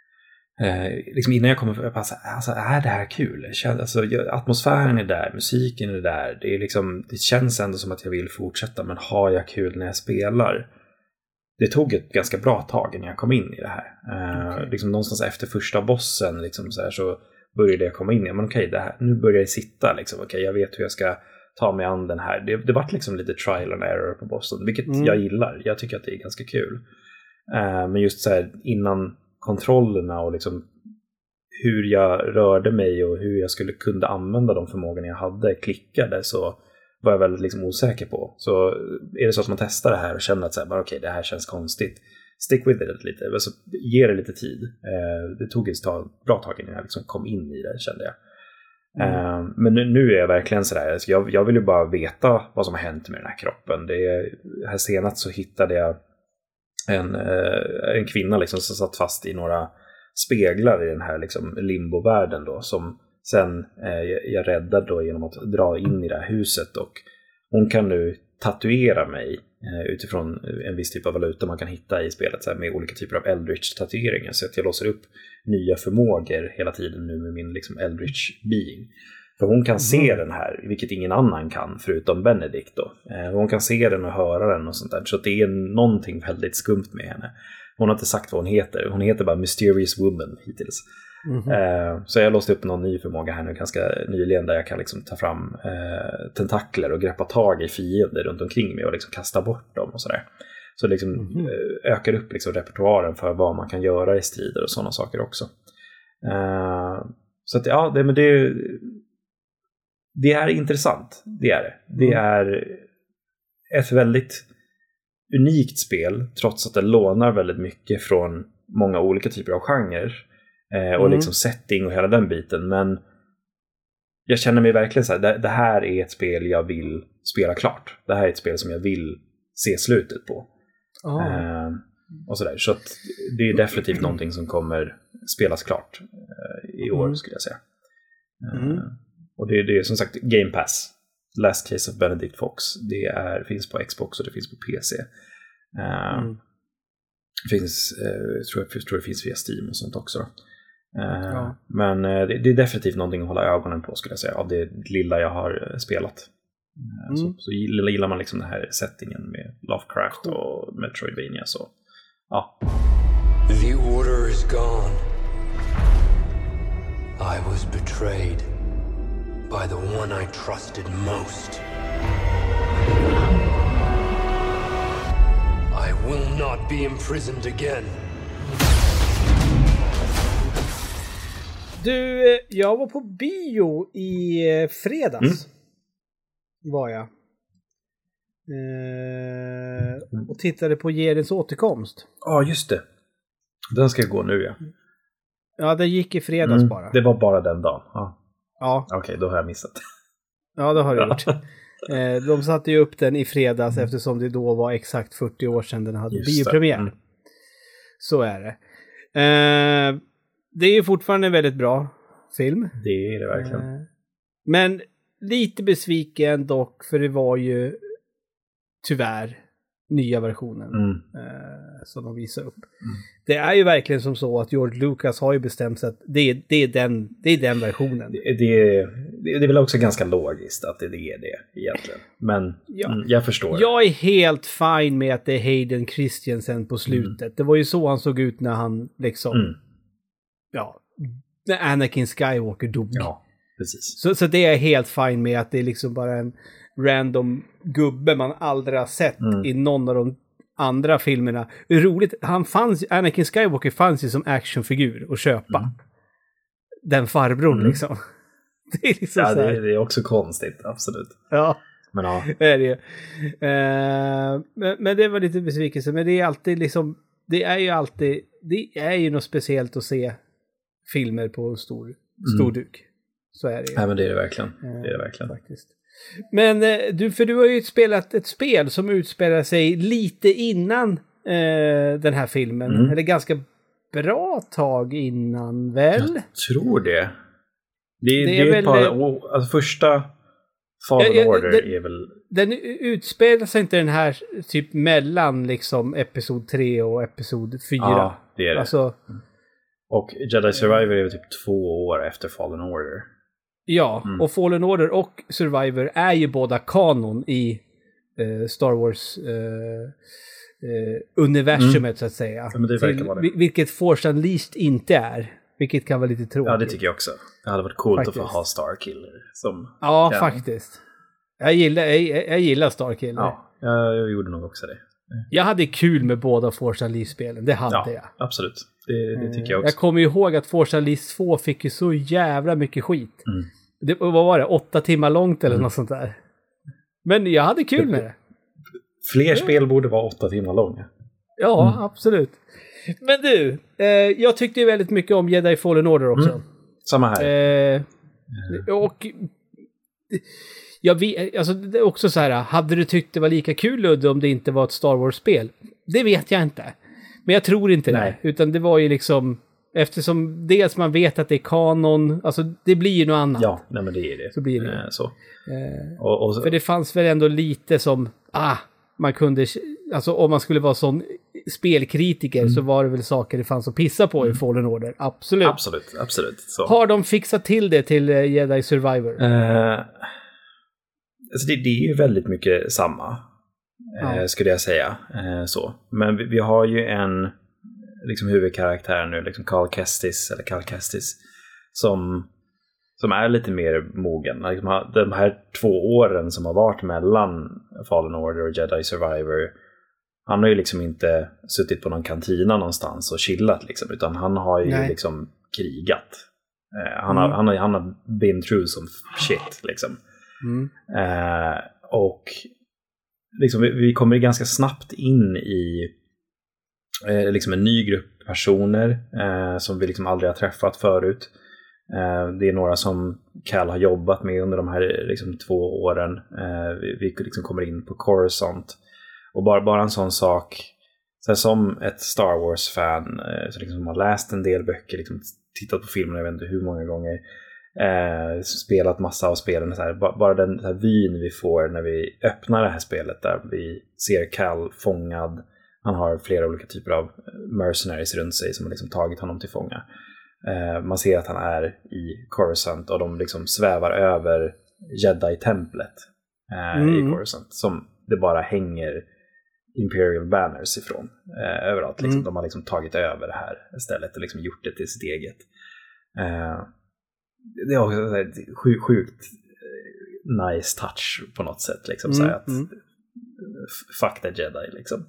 Liksom innan jag kommer för alltså, är det här kul? Alltså, atmosfären är där, musiken är där, det är liksom, det känns ändå som att jag vill fortsätta, men har jag kul när jag spelar? Det tog ett ganska bra tag när jag kom in i det här. Liksom någonstans efter första bossen liksom så började jag komma in i, men okej, det här, nu börjar jag sitta liksom, okej, jag vet hur jag ska ta mig an den här. Det var liksom lite trial and error på bossen, vilket jag gillar. Jag tycker att det är ganska kul. Men just så här, innan kontrollerna och liksom hur jag rörde mig och hur jag skulle kunna använda de förmågorna jag hade klickade, så var jag väldigt liksom osäker på. Så är det så att man testar det här och känner att så här, okej, det här känns konstigt, stick with it lite, alltså, ge det lite tid. Det tog ett bra tag innan jag liksom kom in i det, kände jag. Men nu är jag verkligen sådär, alltså jag vill ju bara veta vad som har hänt med den här kroppen. Här senast så hittade jag en kvinna liksom som satt fast i några speglar i den här liksom limbovärlden då, som sen jag räddade då genom att dra in i det här huset, och hon kan nu tatuera mig utifrån en viss typ av valuta man kan hitta i spelet, så här, med olika typer av Eldritch-tatueringar, så att jag låser upp nya förmågor hela tiden nu med min liksom Eldritch being. För hon kan se den här, vilket ingen annan kan förutom Benedict då. Hon kan se den och höra den och sånt där, så att det är någonting väldigt skumt med henne. Hon har inte sagt vad hon heter. Hon heter bara Mysterious Woman hittills. Så jag låste upp någon ny förmåga här nu ganska nyligen, där jag kan liksom ta fram tentakler och greppa tag i fiender runt omkring mig och liksom kasta bort dem och sådär. Så liksom ökar upp liksom repertoaren för vad man kan göra i strider och sådana saker också. Så att ja, det är intressant. Det är det. Det är ett väldigt unikt spel, trots att det lånar väldigt mycket från många olika typer av genrer och liksom setting och hela den biten. Men jag känner mig verkligen så här, det här är ett spel jag vill spela klart. Det här är ett spel som jag vill se slutet på. Och sådär. Så att det är definitivt någonting som kommer spelas klart i år, skulle jag säga. Och det är som sagt Game Pass. Last Case of Benedict Fox. Det finns på Xbox och det finns på PC. Jag tror det finns via Steam och sånt också. Men det är definitivt någonting att hålla ögonen på, skulle jag säga, av det lilla jag har spelat. Så gillar man liksom den här settingen med Lovecraft och Metroidvania, så Ja. The order is gone. I was betrayed by the one I trusted most. I will not be imprisoned again. Du, jag var på bio i fredags. Var jag. Och tittade på Jerins återkomst. Ja, just det. Den ska gå nu, ja. Ja, det gick i fredags bara. Det var bara den dagen. Ja. Ja. Okej, då har jag missat. Ja, det har du gjort. De satte ju upp den i fredags eftersom det då var exakt 40 år sedan den hade biopremiär. Så är det. Det är ju fortfarande en väldigt bra film. Det är det verkligen. Men lite besviken dock, för det var ju tyvärr nya versionen som de visar upp. Det är ju verkligen som så att George Lucas har ju bestämt sig att det är den versionen. Det är väl också ganska logiskt att det är det egentligen. Men jag förstår. Jag är helt fine med att det är Hayden Christensen på slutet. Det var ju så han såg ut när han liksom när Anakin Skywalker dog. Ja, precis. Så det är helt fine med att det är liksom bara en random gubbe man aldrig har sett i någon av de andra filmerna. Det är roligt, Anakin Skywalker fanns ju som actionfigur att köpa. Den farbrorn liksom. Det är liksom ja, så här. det är också konstigt, absolut. Ja, men ja. Det är det. Men det var lite besvikelse. Men det är alltid liksom, det är ju något speciellt att se filmer på stor duk. Så är det ju. Ja, men det är det verkligen. Det är det verkligen. Faktiskt. Men du har ju spelat ett spel som utspelar sig lite innan den här filmen. Eller ganska bra tag innan, väl? Jag tror det. Det är väl ett par, alltså första Fallen Order är väl... Den utspelar sig inte den här typ mellan liksom episod 3 och episod 4. Ja, det är det. Alltså, och Jedi Survivor är väl typ 2 år efter Fallen Order. Ja, och Fallen Order och Survivor är ju båda kanon i Star Wars universumet så att säga. Ja, men det verkar vara det. Vilket Force Unleashed inte är. Vilket kan vara lite tråkigt. Ja, det tycker jag också. Det hade varit coolt att få ha Starkiller som... Ja, faktiskt. Jag gillar Starkiller. Ja, jag gjorde nog också det. Jag hade kul med båda Force Unleashed-spelen. Det hade jag. Absolut. Det tycker jag också. Jag kommer ju ihåg att Force Unleashed 2 fick ju så jävla mycket skit. Vad var det? 8 timmar långt eller något sånt där. Men jag hade kul med det. Fler spel borde vara 8 timmar långa. Ja, absolut. Men du, jag tyckte ju väldigt mycket om Jedi Fallen Order också. Samma här. Och alltså, det är också så här, hade du tyckt det var lika kul, Ludde, om det inte var ett Star Wars-spel? Det vet jag inte. Men jag tror inte det. Utan det var ju liksom, eftersom dels man vet att det är kanon, alltså det blir ju något annat. Ja, nej, men det är det. Så blir det. Så. För det fanns väl ändå lite som, man kunde, alltså om man skulle vara sån spelkritiker så var det väl saker det fanns att pissa på i Fallen Order. Absolut. Absolut. Så. Har de fixat till det till Jedi Survivor? Alltså det är ju väldigt mycket samma, skulle jag säga. Så. Men vi har ju en liksom huvudkaraktär nu, liksom Cal Kestis, som är lite mer mogen. De här 2 åren som har varit mellan Fallen Order och Jedi Survivor, han har ju liksom inte suttit på någon kantina någonstans och chillat liksom, utan han har ju liksom krigat. Han har been through some shit liksom. Och liksom vi kommer ganska snabbt in i liksom en ny grupp personer som vi liksom aldrig har träffat förut. Det är några som Cal har jobbat med under de här liksom 2 åren. Vi liksom kommer in på Coruscant. Och bara en sån sak, så här, som ett Star Wars-fan så liksom, som har läst en del böcker, liksom, tittat på filmer, jag vet inte hur många gånger, spelat massa av spelen, så här, bara den här vyn vi får när vi öppnar det här spelet, där vi ser Cal fångad. Han har flera olika typer av mercenaries runt sig som har liksom tagit honom till fånga. Man ser att han är i Coruscant och de liksom svävar över Jedi-templet i Coruscant, som det bara hänger Imperial Banners ifrån. Överallt. Liksom. De har liksom tagit över det här stället och liksom gjort det till sitt eget. Det är också sjukt nice touch på något sätt. Liksom, så att, fuck the Jedi. Liksom.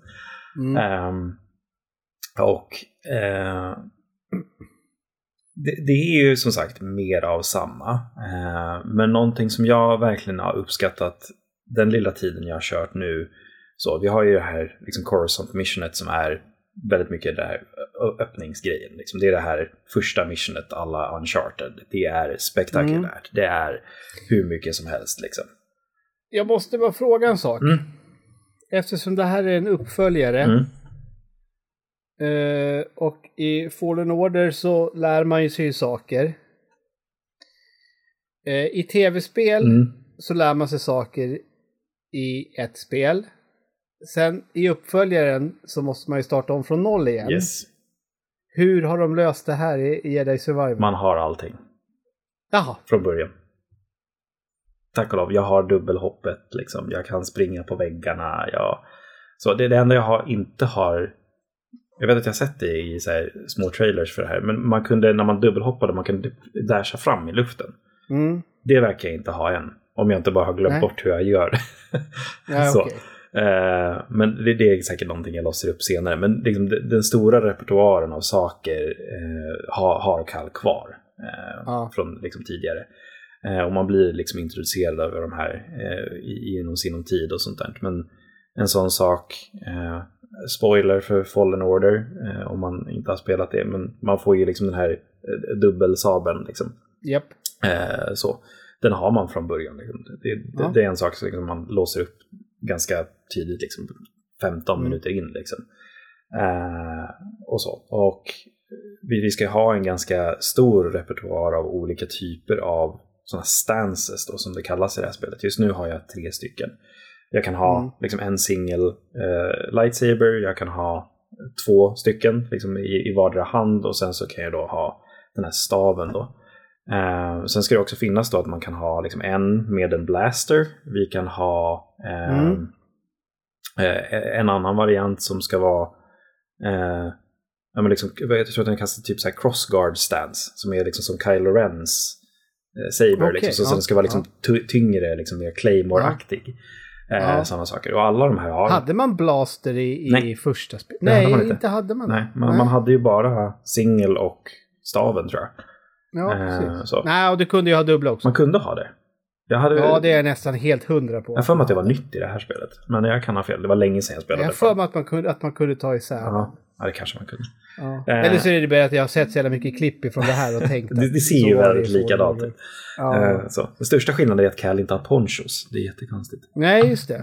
Det är ju som sagt mer av samma. Men någonting som jag verkligen har uppskattat den lilla tiden jag har kört nu. Så vi har ju det här liksom Coruscant missionet som är väldigt mycket det här öppningsgrejen. Liksom. Det är det här första missionet alla Uncharted. Det är spektakulärt. Det är hur mycket som helst. Liksom. Jag måste bara fråga en sak. Eftersom det här är en uppföljare. Och i Fallen Order så lär man ju sig saker. I tv-spel så lär man sig saker i ett spel. Sen i uppföljaren så måste man ju starta om från noll igen. Yes. Hur har de löst det här i Jedi Survivor? Man har allting. Jaha. Från början. Tack och lov, jag har dubbelhoppet. Liksom. Jag kan springa på väggarna. Så det enda jag inte har... Jag vet att jag har sett det i så här små trailers för det här. Men man kunde, när man dubbelhoppade, man kunde dasha fram i luften. Det verkar jag inte ha än. Om jag inte bara har glömt bort hur jag gör. Så. Okay. Men det är säkert någonting jag låser upp senare. Men liksom, den stora repertoaren av saker har Cal kvar. Från liksom, tidigare. Och man blir liksom introducerad över de här inom sinom tid och sånt där. Men en sån sak... spoiler för Fallen Order om man inte har spelat det, men man får ju liksom den här dubbelsabeln liksom. Yep. Så den har man från början liksom. Det är en sak som liksom man låser upp ganska tidigt liksom, 15 minuter in liksom. Och så. Och vi ska ha en ganska stor repertoar av olika typer av sådana stances då, som det kallas i det här spelet. Just nu har jag 3 stycken. Jag kan ha liksom en single lightsaber. Jag kan ha 2 stycken liksom, i vardera hand. Och sen så kan jag då ha den här staven då. Sen ska det också finnas då att man kan ha liksom, en med en blaster. Vi kan ha en annan variant som ska vara liksom, jag tror att den kastar typ så här crossguard stance. Som är liksom som Kylo Rens saber. Okay, liksom, så den ska vara liksom, tyngre, liksom, mer Claymore-aktig. Sådana saker. Och alla de här har... Hade man blaster i första spelet? Nej, inte hade man. Nej, man hade ju bara singel och staven, tror jag. Ja, precis. Nej, och du kunde ju ha dubbla också. Man kunde ha det. Ja, det är jag nästan helt 100 på. Jag får mig att det var nytt i det här spelet. Men jag kan ha fel. Det var länge sedan jag spelade. Jag får mig att man kunde ta isär. Ja, det kanske man kunde. Ja. Eller så är det bara att jag har sett så jävla mycket klipp ifrån det här och tänkt att det ser ju väldigt likadant ut. Ja. Så. Den största skillnaden är att Cal inte har ponchos. Det är jättekonstigt. Nej, just det.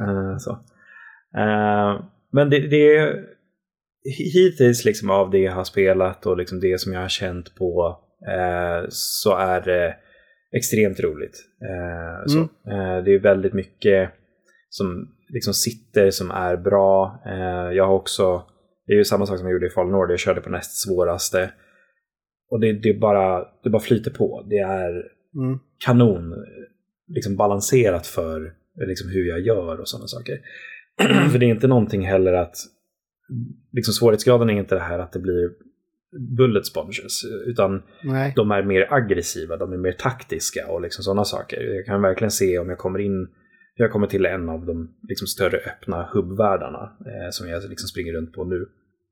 Men det är hittills liksom av det jag har spelat och liksom det som jag har känt på så är det extremt roligt. Det är väldigt mycket som liksom sitter, som är bra. Jag har också, det är ju samma sak som jag gjorde i Fallen Order. Jag körde på näst svåraste. Och det bara flyter på. Det är kanon liksom balanserat för liksom hur jag gör och sådana saker. För det är inte någonting heller att liksom svårighetsgraden är inte det här att det blir bullet sponges, utan de är mer aggressiva, de är mer taktiska och liksom sådana saker. Jag kan verkligen se om jag kommer till en av de liksom större öppna hubbvärldarna som jag liksom springer runt på nu.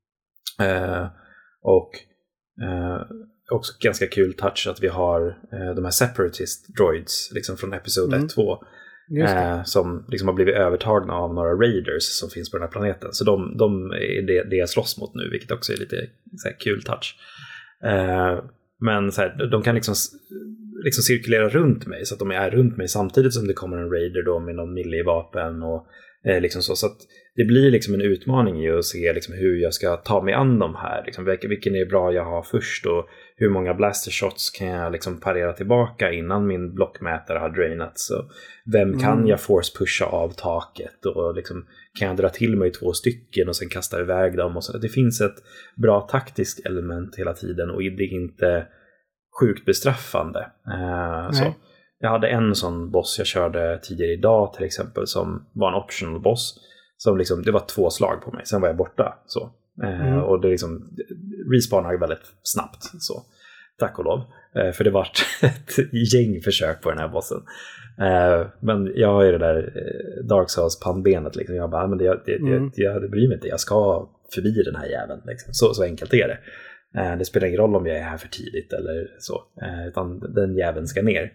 Och också ganska kul touch att vi har de här separatist droids liksom från episod 1-2 som liksom har blivit övertagna av några raiders som finns på den här planeten. Så de är det jag slåss mot nu, vilket också är lite så här kul touch. Men så här, de kan liksom cirkulera runt mig, så att de är runt mig samtidigt som det kommer en raider då med någon melee-vapen och liksom så att det blir liksom en utmaning i att se liksom hur jag ska ta mig an de här, liksom, vilken är bra jag har först och hur många blaster shots kan jag liksom parera tillbaka innan min blockmätare har drainats, så vem kan jag force pusha av taket och liksom, kan jag dra till mig 2 stycken och sen kasta iväg dem och så. Det finns ett bra taktiskt element hela tiden och det är inte sjukt bestraffande. Så jag hade en sån boss jag körde tidigare idag till exempel som var en optional boss Som liksom, det var 2 slag på mig, sen var jag borta. Så. Och det liksom respawnar väldigt snabbt. Så. Tack och lov. För det var ett gäng försök på den här bossen. Men jag har ju det där Dark Souls pannbenet. Liksom. Jag bara, men jag bryr mig inte. Jag ska förbi den här jäveln. Liksom. Så enkelt är det. Det spelar ingen roll om jag är här för tidigt eller så. Utan den jäveln ska ner.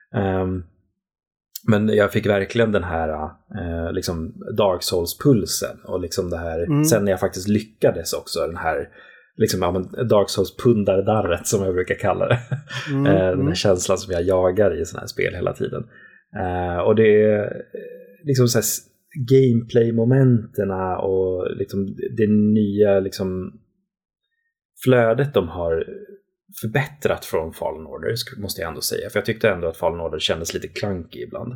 Men jag fick verkligen den här liksom Dark Souls-pulsen. Och liksom det här, sen när jag faktiskt lyckades också, den här liksom, Dark Souls-pundardarret som jag brukar kalla det. Den här känslan som jag jagar i sådana här spel hela tiden. Och det är liksom så här gameplay-momenterna och liksom det nya liksom flödet de har förbättrat från Fallen Order, måste jag ändå säga. För jag tyckte ändå att Fallen Order kändes lite clunky ibland.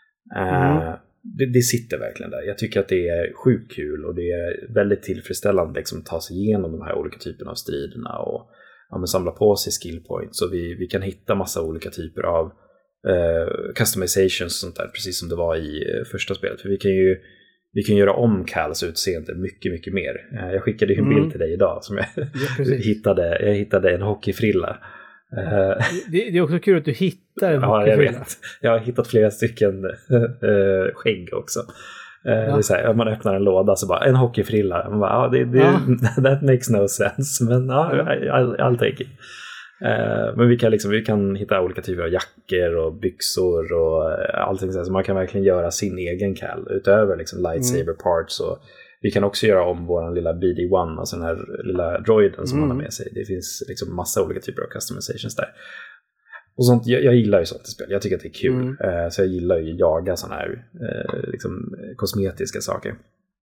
Det sitter verkligen där. Jag tycker att det är sjukt kul och det är väldigt tillfredsställande liksom, att ta sig igenom de här olika typerna av striderna och samla på sig skill points. Så vi kan hitta massa olika typer av customizations och sånt där, precis som det var i första spelet. För vi kan göra om Cals utseende mycket, mycket mer. Jag skickade ju en bild till dig idag som jag hittade en hockeyfrilla. Det är också kul att du hittar en hockeyfrilla. Jag vet. Jag har hittat flera stycken skägg också. Det är så här, man öppnar en låda så bara en hockeyfrilla. Man bara, that makes no sense. Men I'll take it. Men vi kan hitta olika typer av jackor och byxor och allting så man kan verkligen göra sin egen Cal utöver liksom lightsaber parts. Och vi kan också göra om våran lilla BD-1, alltså den här lilla droiden som man har med sig. Det finns liksom massa olika typer av customizations där. Och sånt, jag gillar ju sånt i spel. Jag tycker att det är kul. Så jag gillar ju att jaga såna här liksom kosmetiska saker.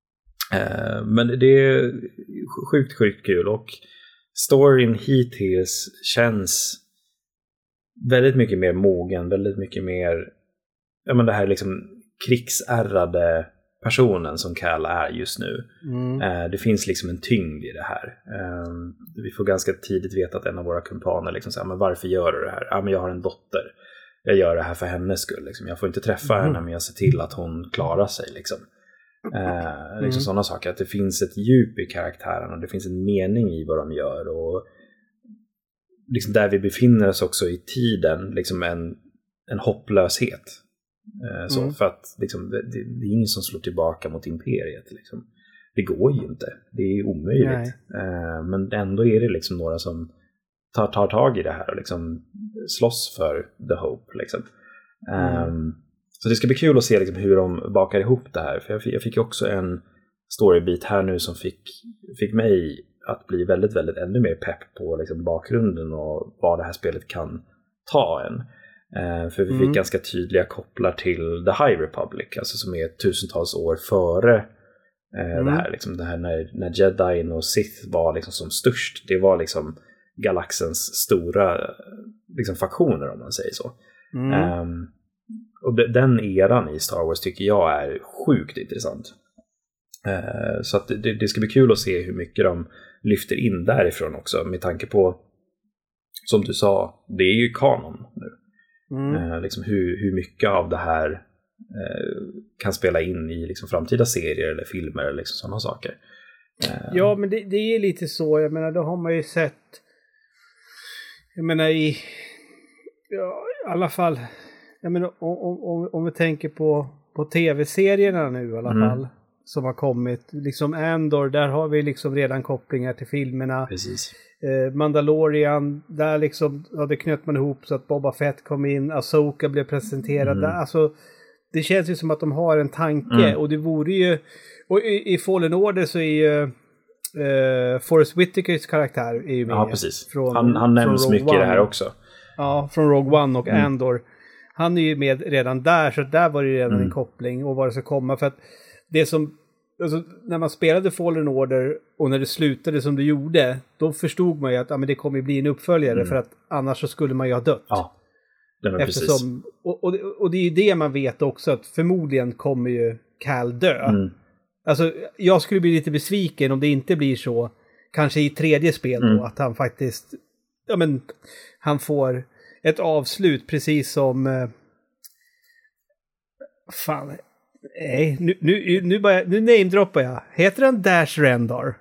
Men det är sjukt kul. Och storyn hittills känns väldigt mycket mer mogen, väldigt mycket mer det här liksom krigsärrade personen som Cal är just nu. Det finns liksom en tyngd i det här. Vi får ganska tidigt veta att en av våra kumpaner liksom säger, men varför gör du det här? Men jag har en dotter. Jag gör det här för hennes skull. Liksom. Jag får inte träffa henne, men jag ser till att hon klarar sig. Liksom. Liksom sådana saker. Att det finns ett djup i karaktärerna. Det finns en mening i vad de gör. Och liksom där vi befinner oss också i tiden. Liksom en hopplöshet. För att liksom, det är ingen som slår tillbaka mot imperiet. Liksom. Det går ju inte. Det är omöjligt. Men ändå är det liksom några som tar tag i det här och liksom slåss för the hope. Liksom. Så det ska bli kul att se liksom hur de bakar ihop det här. För jag fick också en storybit här nu som fick mig att bli väldigt, väldigt ännu mer pepp på liksom bakgrunden och vad det här spelet kan ta en. För vi fick ganska tydliga kopplar till The High Republic, alltså som är tusentals år före det här. Liksom det här när Jedi och Sith var liksom som störst. Det var liksom galaxens stora liksom faktioner, om man säger så. Och den eran i Star Wars tycker jag är sjukt intressant. Så att det ska bli kul att se hur mycket de lyfter in därifrån också, med tanke på, som du sa, det är ju kanon nu. Liksom hur mycket av det här kan spela in i liksom framtida serier eller filmer eller liksom sådana saker. Ja, men det är lite så. Jag menar, då har man ju sett, jag menar i alla fall, jag menar, om vi tänker på tv-serierna nu i alla fall som har kommit, liksom Andor, där har vi liksom redan kopplingar till filmerna. Precis. Mandalorian, där liksom, det knöt man ihop så att Boba Fett kom in, Ahsoka blev presenterad där, alltså det känns ju som att de har en tanke, och det vore ju, och i Fallen Order så är ju Forrest Whitakers karaktär är ju med. Ja, precis. Han nämns mycket i det här också. Ja, från Rogue One och Andor. Han är ju med redan där, så där var det redan en koppling och vad det ska komma, för att det som, alltså, när man spelade Fallen Order och när det slutade som det gjorde, då förstod man ju att men det kommer bli en uppföljare, för att annars så skulle man ju ha dött. Ja, det var eftersom, precis. Och det är ju det man vet också, att förmodligen kommer ju Cal dö. Alltså, jag skulle bli lite besviken om det inte blir så, kanske i tredje spel då, att han faktiskt, han får ett avslut precis som Nej, nu namedroppar jag. Heter han Dash Rendar?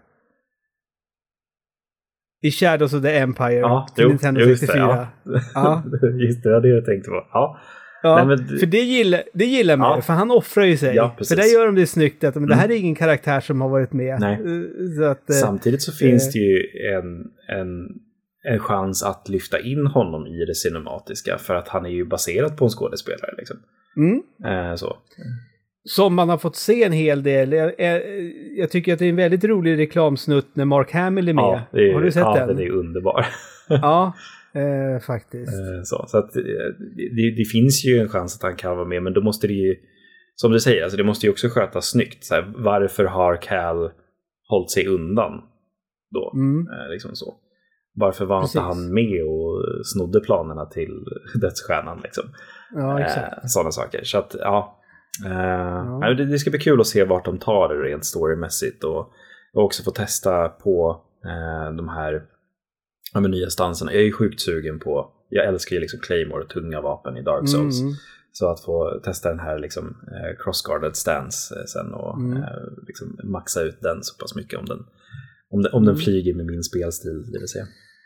I Shadows of the Empire. Ja, till Nintendo 64. Ja. Just det, det jag tänkte på. Ja. Ja, Nej, men... för det gillar man ju, för han offrar ju sig. Ja, för där gör de det snyggt att men det här är ingen karaktär som har varit med. Nej. Så att, samtidigt så finns det ju en chans att lyfta in honom i det cinematiska, för att han är ju baserad på en skådespelare liksom. Så. Som man har fått se en hel del. Jag tycker att det är en väldigt rolig reklamsnutt när Mark Hamill är med. Ja, har du sett den? Ja, den är underbar. Ja, faktiskt. Så att det finns ju en chans att han kan vara med, men då måste det ju, som du säger, alltså det måste ju också skötas snyggt. Så här, varför har Cal hållit sig undan då? Liksom så. Varför var inte han med och snodde planerna till Dödsstjärnan liksom? Ja, exakt. Sådana saker. Så att, det ska bli kul att se vart de tar det rent storymässigt, och också få testa på de här nya stanserna. Jag är sjukt sugen på, jag älskar ju liksom Claymore och tunga vapen i Dark Souls. Så att få testa den här liksom cross-guarded stance sen och liksom maxa ut den så pass mycket om den flyger med min spelstil, det vill säga.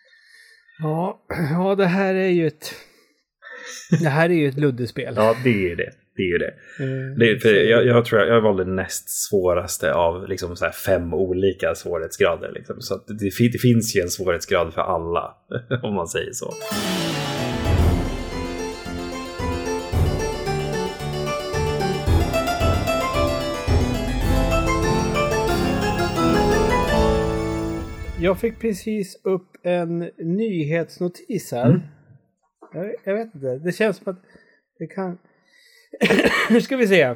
Ja, det här är ju ett luddespel. Ja, det är det. Jag tror jag valde näst svåraste av liksom så här 5 olika svårighetsgrader liksom. Så att det finns ju en svårighetsgrad för alla om man säger så. Jag fick precis upp en nyhetsnotis här. Jag vet inte. Det känns som att det kan... Nu ska vi se.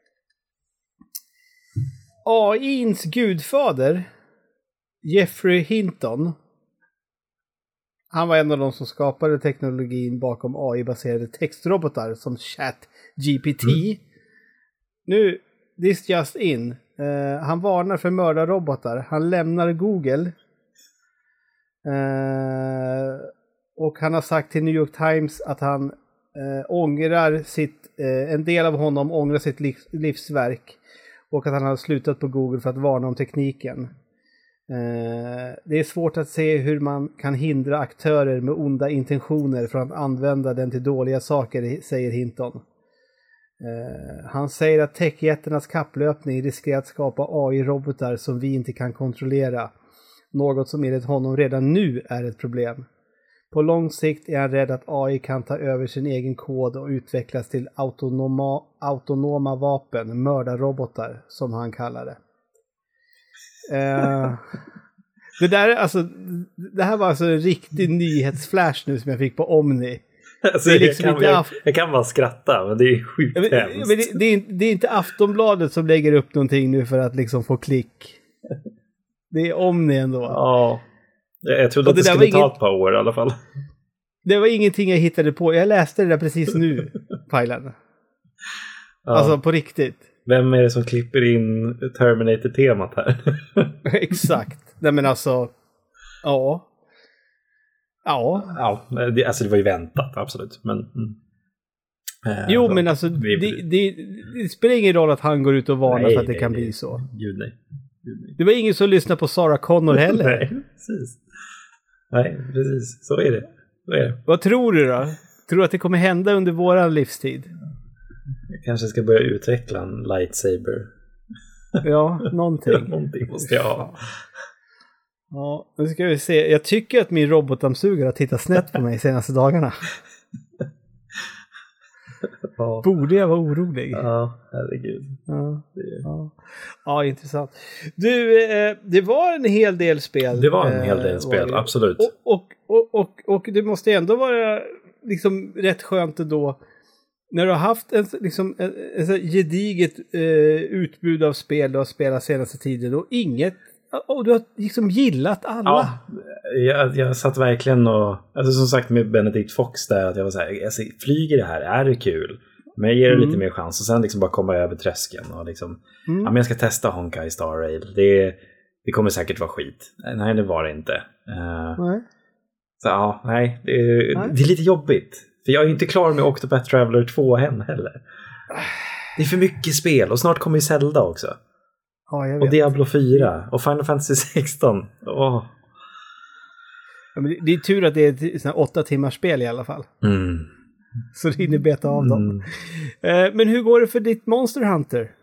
AI:ns gudfader, Geoffrey Hinton. Han var en av de som skapade teknologin bakom AI-baserade textrobotar som ChatGPT. Nu, this just in. Han varnar för mördarrobotar. Han lämnar Google. Och han har sagt till New York Times att han ångrar en del av honom ångrar sitt livsverk, och att han har slutat på Google för att varna om tekniken. Det är svårt att se hur man kan hindra aktörer med onda intentioner från att använda den till dåliga saker, säger Hinton. Han säger att techjätternas kapplöpning riskerar att skapa AI-robotar som vi inte kan kontrollera. Något som enligt honom redan nu är ett problem. På lång sikt är han rädd att AI kan ta över sin egen kod och utvecklas till autonoma vapen, mördarrobotar som han kallar det. Det här var alltså en riktig nyhetsflash nu som jag fick på Omni. Alltså, det är liksom jag kan bara skratta, men det är sjukt hemskt. Men det är inte Aftonbladet som lägger upp någonting nu för att liksom få klick. Det är Omni ändå. Ja. Jag trodde att det skulle ta ett par år i alla fall. Det var ingenting jag hittade på. Jag läste det där precis nu, Pajlan. Alltså på riktigt. Vem är det som klipper in Terminator-temat här? Exakt. Nej men alltså, ja. Det var ju väntat, absolut. Men, men alltså det spelar ingen roll att han går ut och varnar för att det kan bli så. Gud nej. Det var ingen som lyssnade på Sarah Connor heller. Nej, precis. Så är det. Vad tror du då? Tror du att det kommer hända under våran livstid? Jag kanske ska börja utveckla en lightsaber. Ja, någonting. Någonting måste jag ha. Ja, nu ska vi se. Jag tycker att min robotdammsugare har tittat snett på mig senaste dagarna. Ja. Borde jag vara orolig? Ja, herregud. Ja, intressant. Du, det var en hel del spel. Det var en hel del spel, absolut. Och det måste ändå vara liksom rätt skönt då när du har haft en gediget utbud av spel du har spelat senaste tiden och du har liksom gillat alla. Ja, jag satt verkligen och alltså som sagt med Benedict Fox där att jag var så här, alltså, flyger det här, är det kul? Men jag ger det lite mer chans och sen liksom bara komma över tröskeln och liksom, men jag ska testa Honkai Star Rail. Det kommer säkert vara skit. Nej, det var det inte. Så det är lite jobbigt. För jag är inte klar med Octopath Traveler 2 än heller. Det är för mycket spel och snart kommer ju Zelda också. Ja, jag vet. Och Diablo 4 och Final Fantasy 16. Åh. Ja, men det är tur att det är ett 8 timmars spel i alla fall. Så det hinner beta av dem. Men hur går det för ditt Monster Hunter?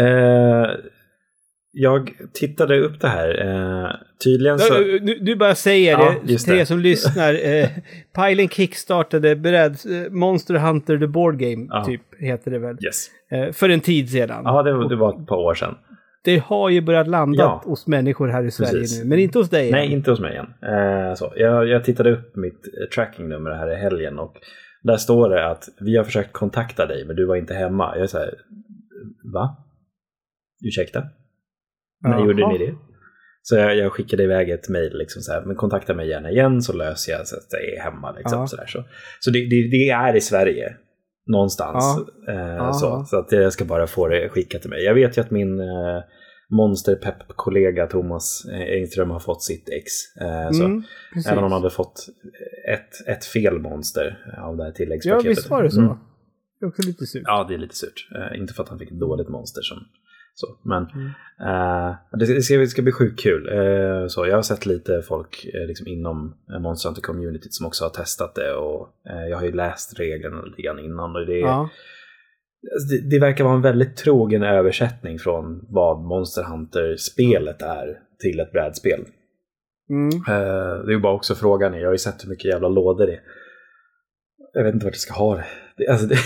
Jag tittade upp det här. Tydligen så... Du bara säger det till er som lyssnar. Pilen kickstartade Monster Hunter the Board Game, typ, heter det väl. Yes. För en tid sedan. Ja, det var ett par år sedan. Det har ju börjat landa hos människor här i Sverige nu, men inte hos dig. Nej, inte hos mig än. Så, jag tittade upp mitt trackingnummer här i helgen och där står det att vi har försökt kontakta dig, men du var inte hemma. Jag är så här, va? Ursäkta? När gjorde ni det? Så jag skickade iväg ett mejl liksom så här, men kontakta mig gärna igen så löser jag så att jag är hemma liksom, så det är i Sverige någonstans. Så att jag ska bara få det skickat till mig. Jag vet ju att min monsterpepp-kollega Thomas Engström har fått sitt ex. Även om han hade fått ett fel monster av det här tilläggspaketet. Ja, visst var det så. Det är också lite surt. Ja, det är lite surt. Inte för att han fick ett dåligt monster som så, men det ska bli sjukt kul. Så jag har sett lite folk liksom inom Monster Hunter communityt som också har testat det och jag har ju läst reglerna lite grann innan och det verkar vara en väldigt trogen översättning från vad Monster Hunter-spelet är till ett brädspel. Det är ju bara också frågan, jag har ju sett hur mycket jävla lådor det är. Jag vet inte vart jag ska ha det.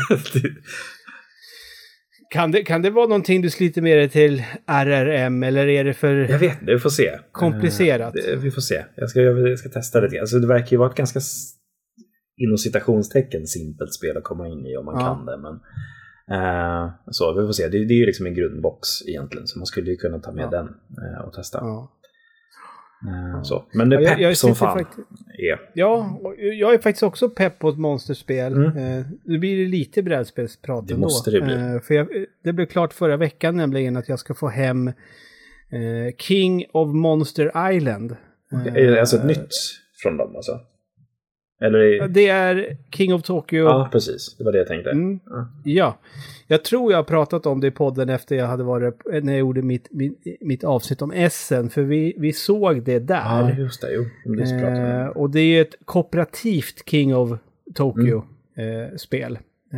Kan det vara någonting du sliter med dig till RRM eller är det för... Jag vet inte, vi får se. Komplicerat? Vi får se. Jag ska testa det. Alltså, det verkar ju vara ett ganska inom citationstecken simpelt spel att komma in i om man kan det. Men, så vi får se. Det är ju liksom en grundbox egentligen så man skulle ju kunna ta med den och testa. Så. Men det är pepp som fan. Ja, jag är faktiskt också pepp på ett monsterspel. Nu blir det lite brädspelsprat ändå. Det måste det bli. För det blev klart förra veckan nämligen att jag ska få hem King of Monster Island. Är det alltså ett nytt från dem alltså? Eller det är King of Tokyo. Ja, precis. Det var det jag tänkte. Ja. Jag tror jag har pratat om det i podden efter jag hade varit när jag gjorde mitt avsnitt om Essen. För vi såg det där. Ja, just det. Jo. Och det är ett kooperativt King of Tokyo-spel.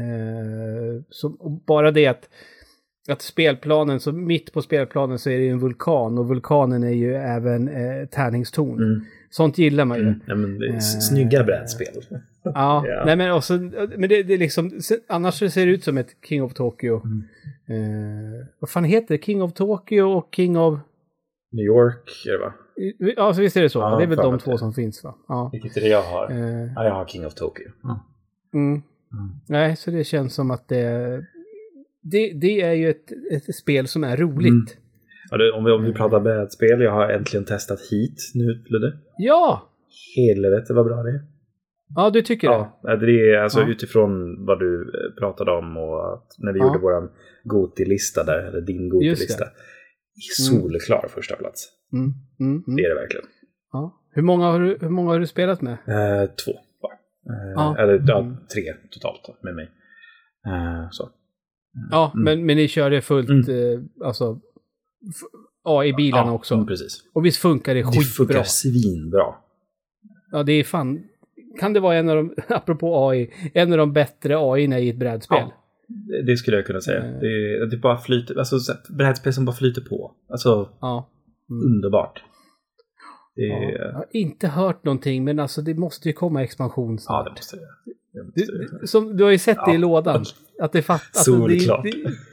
Så bara det att spelplanen, så mitt på spelplanen så är det en vulkan. Och vulkanen är ju även tärningstorn. Sånt gillar man ju. Ja, men det är snygga brädspel. Ja, nej, men det är liksom, annars ser det ut som ett King of Tokyo. Vad fan heter det? King of Tokyo och King of... New York, är det va? Ja, så visst är det så. Ja, det är väl de två som finns, va? Ja. Vilket är det jag har? Ja, jag har King of Tokyo. Nej, så det känns som att det är ju ett spel som är roligt. Om vi pratar brädspel, jag har äntligen testat Heat nu, Ludde. Ja! Helvete vad bra det är. Ja, du tycker det? Ja, det är alltså utifrån vad du pratade om och att när vi gjorde våran Goti-lista där, eller din Goti-lista. Solklar första plats. Det är det verkligen. Ja. Hur många har du spelat med? 2 var. Eller 3 totalt med mig. Så. Ja, men ni kör det fullt, alltså AI-bilarna också. Precis. Och visst funkar det skitbra. Det funkar svinbra. Ja, det är fan... Kan det vara en av de, apropå AI, en av de bättre AI-erna i ett brädspel? Ja, det skulle jag kunna säga. Det bara flyter, alltså brädspel som bara flyter på. Alltså, underbart. Jag har inte hört någonting, men alltså det måste ju komma expansion snart. Ja, det måste det. Som, du har ju sett det i lådan. Att det fattas. Solklart.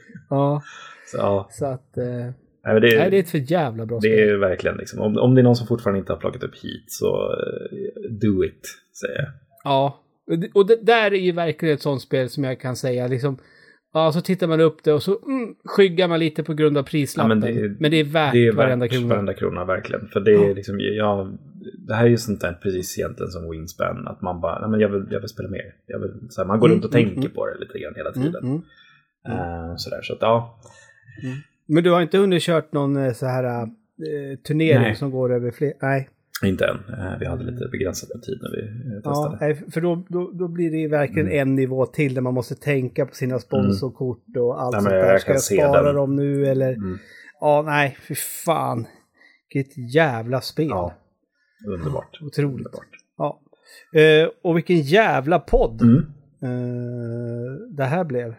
Så att... Nej, det är ett för jävla bra spel. Det är verkligen liksom. Om det är någon som fortfarande inte har plockat upp Heat så do it, säger jag. Ja, och det där är ju verkligen ett sånt spel som jag kan säga liksom, ja, så tittar man upp det och så skyggar man lite på grund av prislappen. Men det är värt varenda krona. Varenda krona, verkligen. För det är liksom, det här är ju sånt där precis egentligen som Wingspan, att man bara, nej, men jag vill spela mer. Så här, man går runt och tänker på det lite grann hela tiden. Sådär, så att Men du har inte hunnit kört någon så här turnering som går över fler? Nej. Inte än. Vi hade lite begränsad tid när vi testade. Ja, för då blir det verkligen en nivå till där man måste tänka på sina sponsorkort och allt sånt där. Ska jag spara dem nu eller... Ja, nej, för fan. Vilket jävla spel. Ja, underbart. Otroligt. Underbart. Ja. Och vilken jävla podd det här blev.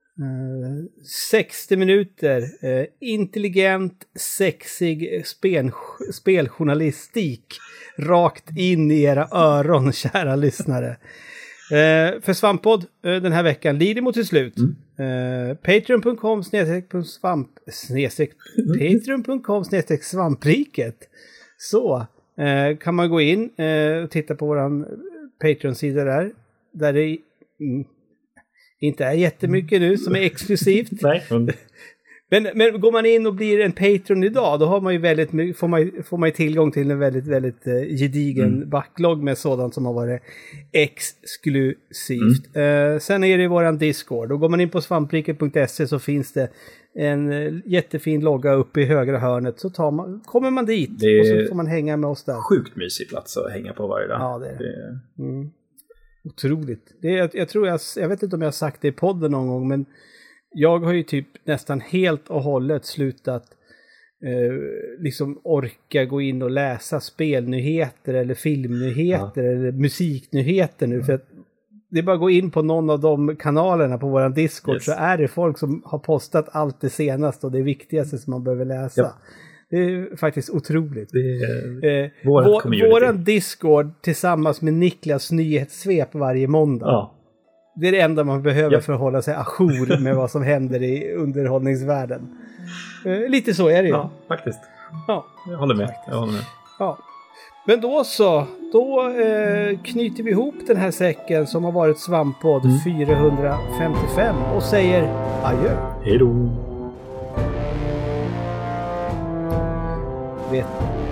60 minuter intelligent, sexig speljournalistik rakt in i era öron, kära lyssnare. För Svamppodd den här veckan lider mot till slut. Patreon.com/svampriket. Så kan man gå in och titta på våran Patreon-sida där det inte är jättemycket nu som är exklusivt. Nej. Men går man in och blir en Patreon idag, då har man ju får man ju tillgång till en väldigt, väldigt gedigen backlog med sådant som har varit exklusivt. Sen är det i våran Discord. Då går man in på svampriket.se så finns det en jättefin logga uppe i högra hörnet. Så kommer man dit och så får man hänga med oss där. Sjukt mysig plats att hänga på varje dag. Ja, det är det. Otroligt. Jag vet inte om jag har sagt det i podden någon gång, men jag har ju typ nästan helt och hållet slutat liksom orka gå in och läsa spelnyheter eller filmnyheter eller musiknyheter nu. För att det är bara att gå in på någon av de kanalerna på våran Discord så är det folk som har postat allt det senaste och det viktigaste som man behöver läsa. Ja. Det är faktiskt otroligt. Våran Discord tillsammans med Niklas nyhetssvep varje måndag. Ja. Det är det enda man behöver för att hålla sig ajour med vad som händer i underhållningsvärlden. Lite så är det ju. Ja, faktiskt. Ja. Jag håller med. Ja. Men då knyter vi ihop den här säcken som har varit Svamppodd 455 och säger adjö. Hej då. Vet